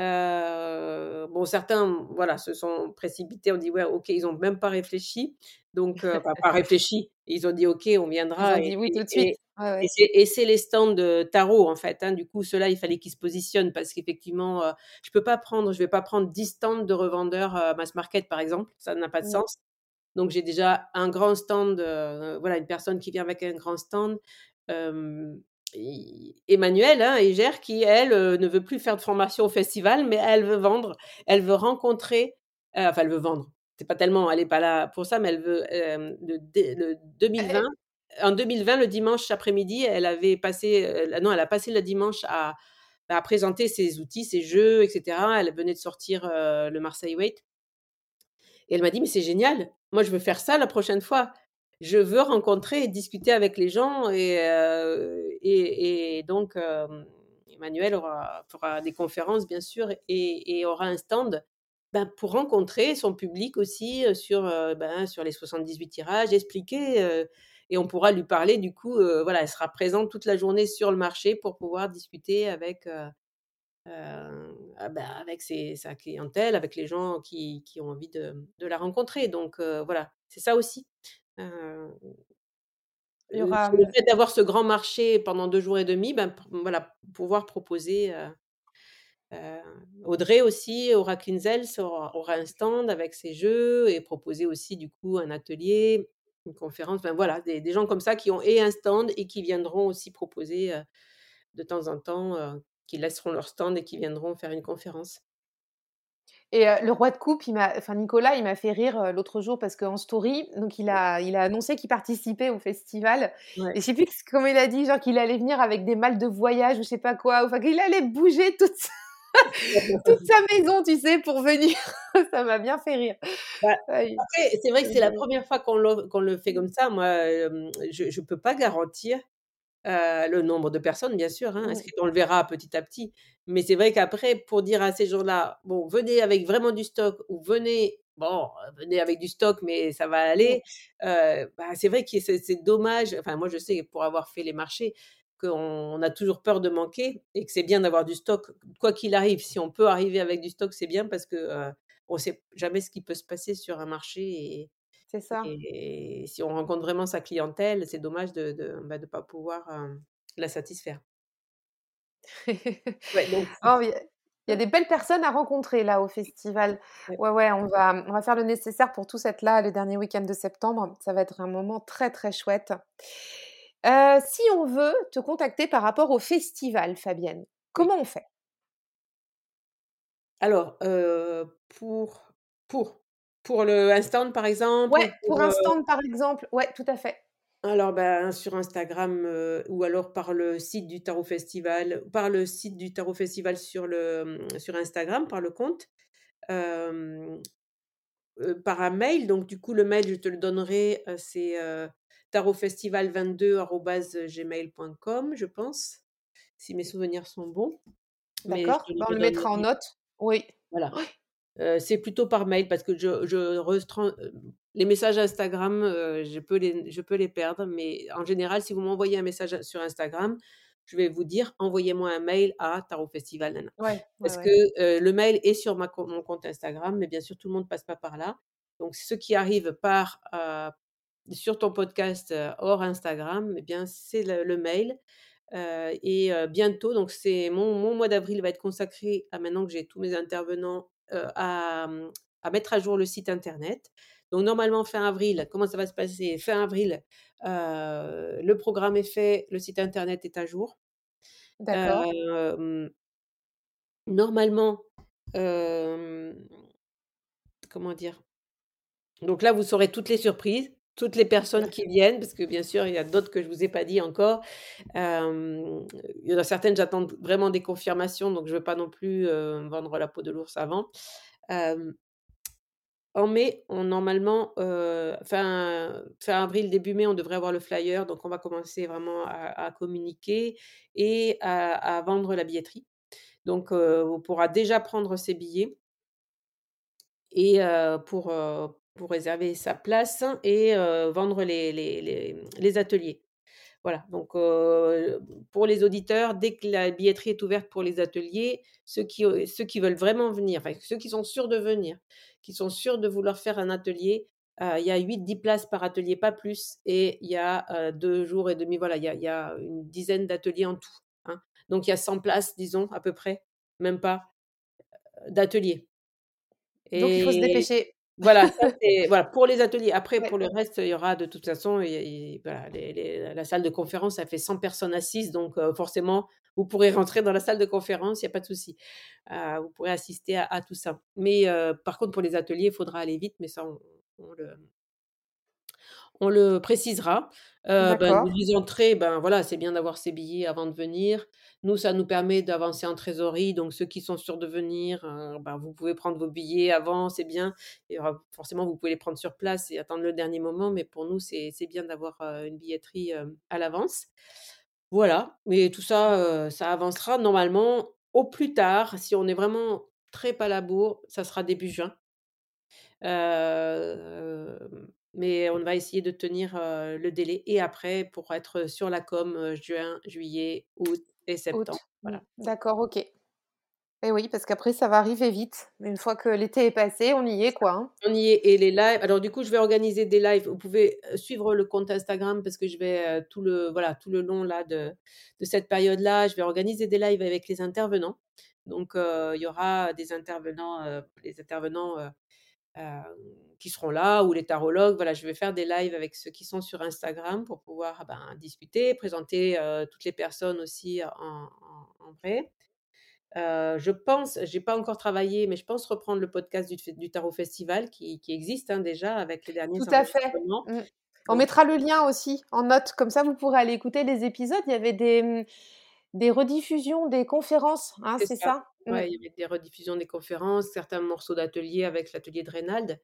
Speaker 2: Heu, bon certains, voilà, se sont précipités, on dit: «Ouais, OK», ils ont même pas réfléchi. Donc heu, enfin pas réfléchi, ils ont dit: «OK, on
Speaker 1: ils ont
Speaker 2: viendra» et
Speaker 1: dit oui tout
Speaker 2: et
Speaker 1: de suite.
Speaker 2: et
Speaker 1: Ouais,
Speaker 2: et
Speaker 1: ouais.
Speaker 2: c'est et c'est les stands, heu, tarot en fait, hein. Du coup, ceux-là, il fallait qu'ils se positionnent parce qu'effectivement, heu, je peux pas prendre je vais pas prendre dix stands de revendeurs, heu, mass market, par exemple, ça n'a pas de
Speaker 1: Mmh.
Speaker 2: sens. Donc j'ai déjà un grand stand, heu, voilà, une personne qui vient avec un grand stand. Hem, et Emmanuelle, hein, Hégère qui elle, heu, ne veut plus faire de formation au festival, mais elle veut vendre, elle veut rencontrer, heu, enfin elle veut vendre. C'est pas tellement elle est pas là pour ça, mais elle veut, hem, le dé le deux mille vingt
Speaker 1: Et
Speaker 2: en deux mille vingt, le dimanche après-midi, elle avait passé, heu, non, elle a passé le dimanche à, bah, à présenter ses outils, ses jeux et cetera. Elle venait de sortir, heu, le Marseille Waite et elle m'a dit: «Mais c'est génial, moi je veux faire ça la prochaine fois. Je veux rencontrer et discuter avec les gens» et heu et et donc hem, Emmanuel aura fera des conférences bien sûr et et aura un stand, ben, pour rencontrer son public aussi, heu, sur, heu, ben, sur les soixante-dix-huit tirages, expliquer, heu et on pourra lui parler du coup, heu, voilà, elle sera présente toute la journée sur le marché pour pouvoir discuter avec, heu Heu, ah bah, avec ses sa clientèle, avec les gens qui qui ont envie de de la rencontrer donc heu, voilà, c'est ça aussi. Heu
Speaker 1: il y
Speaker 2: heu,
Speaker 1: aura,
Speaker 2: c'est le
Speaker 1: mmh
Speaker 2: fait d'avoir ce grand marché pendant deux jours et demi, ben, p voilà, pouvoir proposer, heu heu, Audrey aussi, Aura Cleansels aura aura un stand avec ses jeux et proposer aussi du coup un atelier, une conférence, enfin voilà, des des gens comme ça qui ont et un stand et qui viendront aussi proposer, heu, de temps en temps, heu, qui laisseront leur stand et qui viendront faire une conférence.
Speaker 1: et heu, le roi de coupe, il m'a enfin Nicolas, il m'a fait rire, heu, l'autre jour parce qu'en story, donc il a il a annoncé qu'il participait au festival
Speaker 2: Ouais.
Speaker 1: et je sais plus q comment il a dit, genre qu'il allait venir avec des malles de voyage ou je sais pas quoi, enfin qu'il allait bouger toute sa toute sa maison, tu sais, pour venir. Ça m'a bien fait rire.
Speaker 2: Bah,
Speaker 1: Ouais,
Speaker 2: après, c'est vrai que c'est
Speaker 1: donc
Speaker 2: la
Speaker 1: heu,
Speaker 2: première fois qu'on le qu'on le fait comme ça. Moi, hem, je je peux pas garantir, heu, le nombre de personnes, bien sûr, hein,
Speaker 1: mmh,
Speaker 2: est-ce qu'on le verra petit à petit. Mais c'est vrai qu'après, pour dire à ces gens-là: «Bon, venez avec vraiment du stock» ou «Venez, bon, heu, venez avec du stock, mais ça va
Speaker 1: mmh,
Speaker 2: aller», heu, bah, c'est vrai que c'est c'est dommage. Enfin, moi, je sais pour avoir fait les marchés qu'on on a toujours peur de manquer et que c'est bien d'avoir du stock, quoi qu'il arrive. Si on peut arriver avec du stock, c'est bien parce que, heu, on sait jamais ce qui peut se passer sur un marché et
Speaker 1: c'est ça.
Speaker 2: et si on rencontre vraiment sa clientèle, c'est dommage de de, bah, de pas pouvoir, hem, la satisfaire. Ouais, donc
Speaker 1: Oh, il y a il y a des belles personnes à rencontrer là au festival.
Speaker 2: ouais,
Speaker 1: Ouais, ouais, on va on va faire le nécessaire pour tous être là le dernier week-end de septembre. Ça va être un moment très, très chouette. Heu, si on veut te contacter par rapport au festival, Fabienne,
Speaker 2: oui.
Speaker 1: comment on fait?
Speaker 2: Alors, heu, pour pour pour le un stand par exemple
Speaker 1: Ouais,
Speaker 2: ou
Speaker 1: pour
Speaker 2: pour,
Speaker 1: un
Speaker 2: heu
Speaker 1: stand par exemple. Ouais, tout à fait.
Speaker 2: alors, ben, sur Instagram, heu, ou alors par le site du Tarot Festival, par le site du Tarot Festival sur le, mmh, sur Instagram, par le compte. Hem, heu, par un mail, donc du coup le mail je te le donnerai, heu, c'est, heu, tarotfestival vingt-deux arobase gmail point com je pense, si mes souvenirs sont bons, mais je te
Speaker 1: D'accord.
Speaker 2: le
Speaker 1: Bah, on le mettra en
Speaker 2: redonnerai.
Speaker 1: note. Oui.
Speaker 2: Voilà. Heu, c'est plutôt par mail parce que je je retran heu, les messages Instagram, heu, je peux les je peux les perdre, mais en général, si vous m'envoyez un message sur Instagram, je vais vous dire: «Envoyez-moi un mail à Tarot Festival nana».
Speaker 1: Ouais, ouais,
Speaker 2: Parce que,
Speaker 1: ouais.
Speaker 2: heu, le mail est sur ma com mon compte Instagram, mais bien sûr, tout le monde passe pas par là. Donc ceux qui arrivent par, heu, sur ton podcast, heu, hors Instagram, eh bien, c'est le le mail. Heu et heu, bientôt donc c'est mon mon mois d'avril va être consacré à maintenant que j'ai tous mes intervenants, heu, à, mmh, à mettre à jour le site internet. Donc normalement fin avril, comment ça va se passer? Fin avril, heu, le programme est fait, le site internet est à jour.
Speaker 1: D'accord.
Speaker 2: Hem, Normalement, hem, comment dire? Donc là, vous saurez toutes les surprises, toutes les personnes qui viennent, parce que bien sûr, il y a d'autres que je vous ai pas dit encore. Hem, il y en a certaines, j'attends vraiment des confirmations, donc je veux pas non plus, heu, vendre la peau de l'ours avant. Hem En mai, on normalement, heu, fin fin avril, début mai, on devrait avoir le flyer, donc on va commencer vraiment à à communiquer et à à vendre la billetterie. Donc, heu, on pourra déjà prendre ses billets et heu, pour, heu, pour réserver sa place et heu, vendre les les les, mmh, les ateliers. Voilà, donc heu, pour les auditeurs, dès que la billetterie est ouverte pour les ateliers, ceux qui, heu, ceux qui veulent vraiment venir, enfin ceux qui sont sûrs de venir, qui sont sûrs de vouloir faire un atelier, heu, il y a huit dix places par atelier, pas plus et il y a, heu, deux jours et demi, voilà, il y a il y a une dizaine d'ateliers en tout, hein. Donc il y a cent places, disons, à peu près, même pas, heu, d'ateliers
Speaker 1: Donc il faut se
Speaker 2: et
Speaker 1: dépêcher.
Speaker 2: voilà, ça c'est voilà, pour les ateliers. Après pour
Speaker 1: Ouais.
Speaker 2: le reste, il y aura de toute façon, il y a il voilà, les les la salle de conférence, ça fait cent personnes assises, donc heu, forcément, vous pourrez rentrer dans la salle de conférence, il y a pas de souci. Heu, vous pourrez assister à à tout ça. Mais heu, par contre, pour les ateliers, il faudra aller vite, mais ça, on on le on le précisera. Heu, ben,
Speaker 1: D'accord.
Speaker 2: les entrées, ben, voilà, c'est bien d'avoir ses billets avant de venir. Nous, ça nous permet d'avancer en trésorerie, donc ceux qui sont sûrs de venir, heu, ben, vous pouvez prendre vos billets avant, c'est bien. Il y aura forcément, vous pouvez les prendre sur place et attendre le dernier moment, mais pour nous, c'est c'est bien d'avoir, heu, une billetterie, hem, à l'avance. Voilà, mais tout ça, heu, ça avancera normalement au plus tard, si on est vraiment très palabour, ça sera début juin. Hem, mais on va essayer de tenir, heu, le délai et après pour être sur la com, heu, juin, juillet, août et septembre.
Speaker 1: Août. Mmh.
Speaker 2: Voilà.
Speaker 1: D'accord, OK. Et oui, parce qu'après ça va arriver vite. Une fois que l'été est passé, on y est, quoi, hein.
Speaker 2: On y est et les lives alors du coup, je vais organiser des lives. Vous pouvez, heu, suivre le compte Instagram parce que je vais, heu, tout le voilà, tout le long là de de cette période-là, je vais organiser des lives avec les intervenants. Donc heu, il y aura des intervenants, heu, les intervenants, heu heu, qui seront là ou les tarologues. Voilà, je vais faire des lives avec ceux qui sont sur Instagram pour pouvoir, ben, discuter, présenter, heu, toutes les personnes aussi en en en vrai. Heu, je pense, j'ai pas encore travaillé, mais je pense reprendre le podcast du f du Tarot Festival qui qui existe, hein, déjà avec les derniers
Speaker 1: Tout à fait.
Speaker 2: enregistrements.
Speaker 1: Mmh. On
Speaker 2: Donc
Speaker 1: mettra le lien aussi en note, comme ça vous pourrez aller écouter les épisodes. Il y avait des, mmh, des rediffusions, des conférences, hein,
Speaker 2: c'est
Speaker 1: c'est
Speaker 2: ça.
Speaker 1: ça? Mmh.
Speaker 2: Ouais, il y avait des rediffusions des conférences, certains morceaux d'atelier avec l'atelier de Reynald.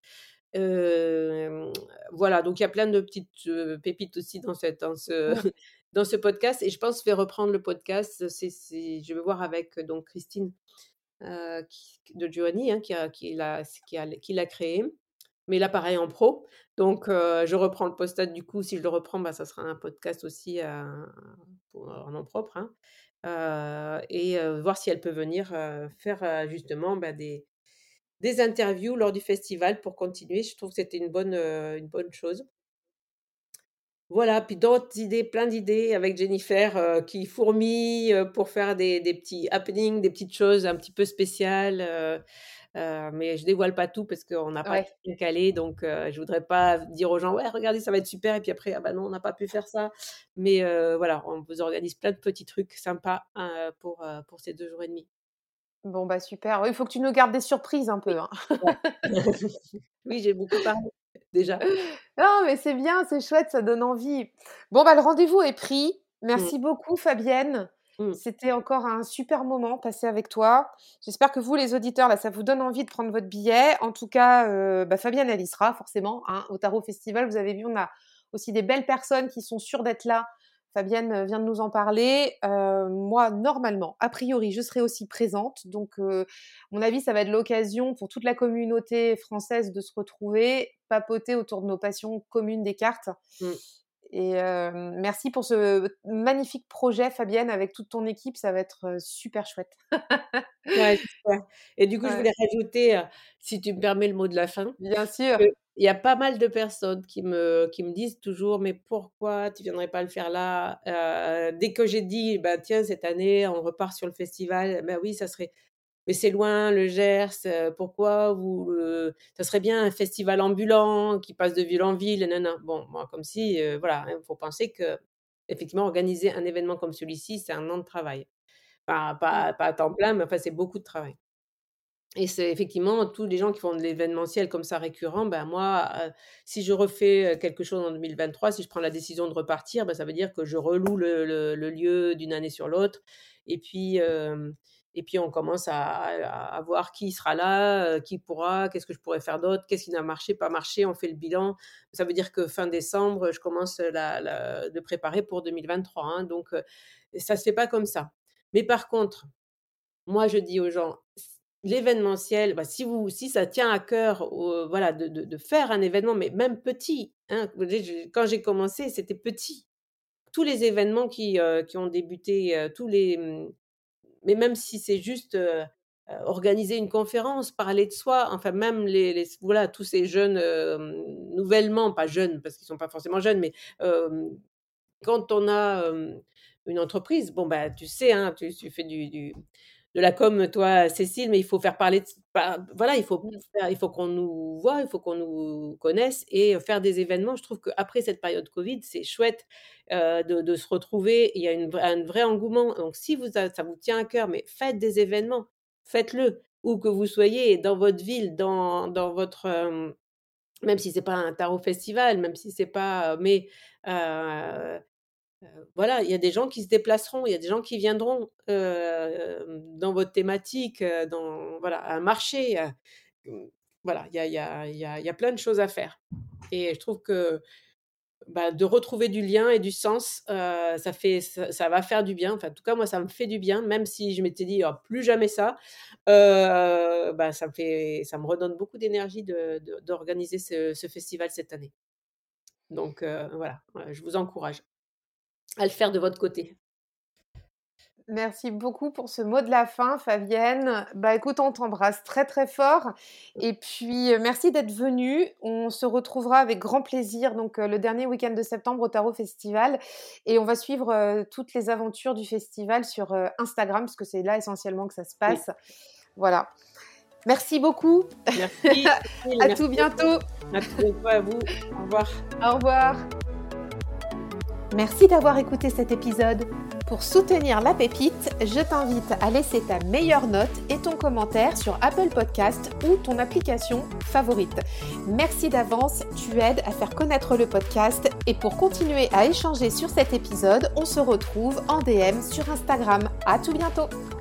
Speaker 2: Hem, voilà, donc il y a plein de petites, heu, pépites aussi dans cette dans ce
Speaker 1: Mmh.
Speaker 2: dans ce podcast et je pense je vais reprendre le podcast. C'est c'est je vais voir avec, heu, donc Christine, heu, qui de Giovanni, hein, qui a qui l'a qui a qui l'a créé. Mais là, pareil en pro. Donc heu, je reprends le postat du coup, si je le reprends, bah, ça sera un podcast aussi, heu, pour en nom propre, hein. Heu et heu, voir si elle peut venir, heu, faire, heu, justement, bah, des des interviews lors du festival pour continuer. Je trouve que c'était une bonne, heu, une bonne chose. Voilà, puis d'autres idées, plein d'idées avec Jennifer, heu, qui fourmille, heu, pour faire des des petits happenings, des petites choses un petit peu spéciales, heu heu, mais je dévoile pas tout parce qu'on n'a pas tout
Speaker 1: Ouais.
Speaker 2: bien calé, donc heu, je voudrais pas dire aux gens: «Ouais, regardez, ça va être super» et puis après: «Ah bah non, on n'a pas pu faire ça». Mais heu, voilà, on vous organise plein de petits trucs sympas, hein, pour, heu, pour ces deux jours et demi.
Speaker 1: Bon, bah, super. Oui, il faut que tu nous gardes des surprises un
Speaker 2: Oui,
Speaker 1: peu, hein.
Speaker 2: c'est ça. Oui, j'ai beaucoup parlé déjà.
Speaker 1: Non, mais c'est bien, c'est chouette, ça donne envie. Bon, bah, le rendez-vous est pris.
Speaker 2: Mmh,
Speaker 1: Merci beaucoup Fabienne.
Speaker 2: mmh.
Speaker 1: C'était encore un super moment passé avec toi. J'espère que vous, les auditeurs, là, ça vous donne envie de prendre votre billet. En tout cas, heu, bah, Fabienne, elle y sera forcément, hein, au Tarot Festival. Vous avez vu, on a aussi des belles personnes qui sont sûres d'être là. Fabienne, heu, vient de nous en parler. Heu, moi, normalement, a priori, je serai aussi présente. Donc, heu, à mon avis, ça va être l'occasion pour toute la communauté française de se retrouver, papoter autour de nos passions communes des cartes.
Speaker 2: Mmh.
Speaker 1: Et heu, merci pour ce magnifique projet, Fabienne, avec toute ton équipe. Ça va être, heu, super chouette.
Speaker 2: Ouais, j'espère et du coup, je
Speaker 1: Ouais,
Speaker 2: voulais rajouter, heu, si tu me permets le mot de la fin,
Speaker 1: bien sûr.
Speaker 2: qu'il y a pas mal de personnes qui me qui me disent toujours: «Mais pourquoi tu viendrais pas le faire là?» Heu, dès que j'ai dit: «Bah, tiens, cette année, on repart sur le festival», «Bah, oui, ça serait mais c'est loin, le Gers, heu, pourquoi vous, heu ça serait bien un festival ambulant qui passe de ville en ville, nin Bon, moi, comme si, heu, voilà, il faut penser qu'effectivement, organiser un événement comme celui-ci, c'est un an de travail. Pas
Speaker 1: Mmh.
Speaker 2: pas pas à temps plein, mais enfin, c'est beaucoup de travail. Et c'est effectivement tous les gens qui font de l'événementiel comme ça récurrent, ben moi, heu, si je refais, heu, quelque chose en deux mille vingt-trois, si je prends la décision de repartir, bah, ça veut dire que je reloue le le le lieu d'une année sur l'autre et puis, hem Et puis on commence à, à, à voir qui sera là, euh, qui pourra, qu'est-ce que je pourrais faire d'autre, qu'est-ce qui n'a marché, pas marché, on fait le bilan. Ça veut dire que fin décembre, je commence la, la, de préparer pour deux mille vingt-trois. Hein, donc euh, ça ne se fait pas comme ça. Mais par contre, moi je dis aux gens, l'événementiel, bah, si, vous, si ça tient à cœur euh, voilà, de, de, de faire un événement, mais même petit, hein, quand j'ai commencé, c'était petit. Tous les événements qui, euh, qui ont débuté, euh, tous les... Mais même si c'est juste euh, euh, organiser une conférence, parler de soi, enfin même les, les voilà tous ces jeunes euh, nouvellement, pas jeunes parce qu'ils sont pas forcément jeunes, mais euh, quand on a euh, une entreprise, bon bah tu sais, hein, tu, tu fais du, du de la com, toi, Cécile, mais il faut faire parler, de, bah, voilà, il faut
Speaker 1: Mmh.
Speaker 2: faire, il faut qu'on nous voit, il faut qu'on nous connaisse et faire des événements. Je trouve qu'après cette période Covid, c'est chouette euh, de, de se retrouver. Il y a une, un vrai engouement. Donc, si vous, ça vous tient à cœur, mais faites des événements, faites-le, où que vous soyez, dans votre ville, dans, dans votre, euh, même si c'est pas un tarot festival, même si c'est pas, mais euh, Heu, voilà, il y a des gens qui se déplaceront, il y a des gens qui viendront, heu, dans votre thématique, heu, dans voilà, un marché, heu, mmh, voilà, il y a il y a il y a il y a plein de choses à faire et je trouve que, bah, de retrouver du lien et du sens, heu, ça fait ça ça va faire du bien. Enfin, en tout cas, moi, ça me fait du bien, même si je m'étais dit: «Oh, plus jamais ça», heu, bah, ça me fait ça me redonne beaucoup d'énergie de de d'organiser ce ce festival cette année. Donc heu, voilà, ouais, je vous encourage à le faire de votre côté.
Speaker 1: Merci beaucoup pour ce mot de la fin, Fabienne. Bah écoute, on t'embrasse très très fort. Et puis, euh, merci d'être venue. On se retrouvera avec grand plaisir donc euh, le dernier week-end de septembre au Tarot Festival. Et on va suivre euh, toutes les aventures du festival sur euh, Instagram, parce que c'est là essentiellement que ça se
Speaker 2: Oui.
Speaker 1: passe. Voilà. Merci beaucoup.
Speaker 2: Merci,
Speaker 1: À
Speaker 2: merci
Speaker 1: tout
Speaker 2: beaucoup.
Speaker 1: bientôt.
Speaker 2: À tout bientôt à vous. Au revoir.
Speaker 1: Au revoir. Merci d'avoir écouté cet épisode. Pour soutenir la pépite, je t'invite à laisser ta meilleure note et ton commentaire sur Apple Podcast ou ton application favorite. Merci d'avance, tu aides à faire connaître le podcast et pour continuer à échanger sur cet épisode, on se retrouve en D M sur Instagram. À tout bientôt.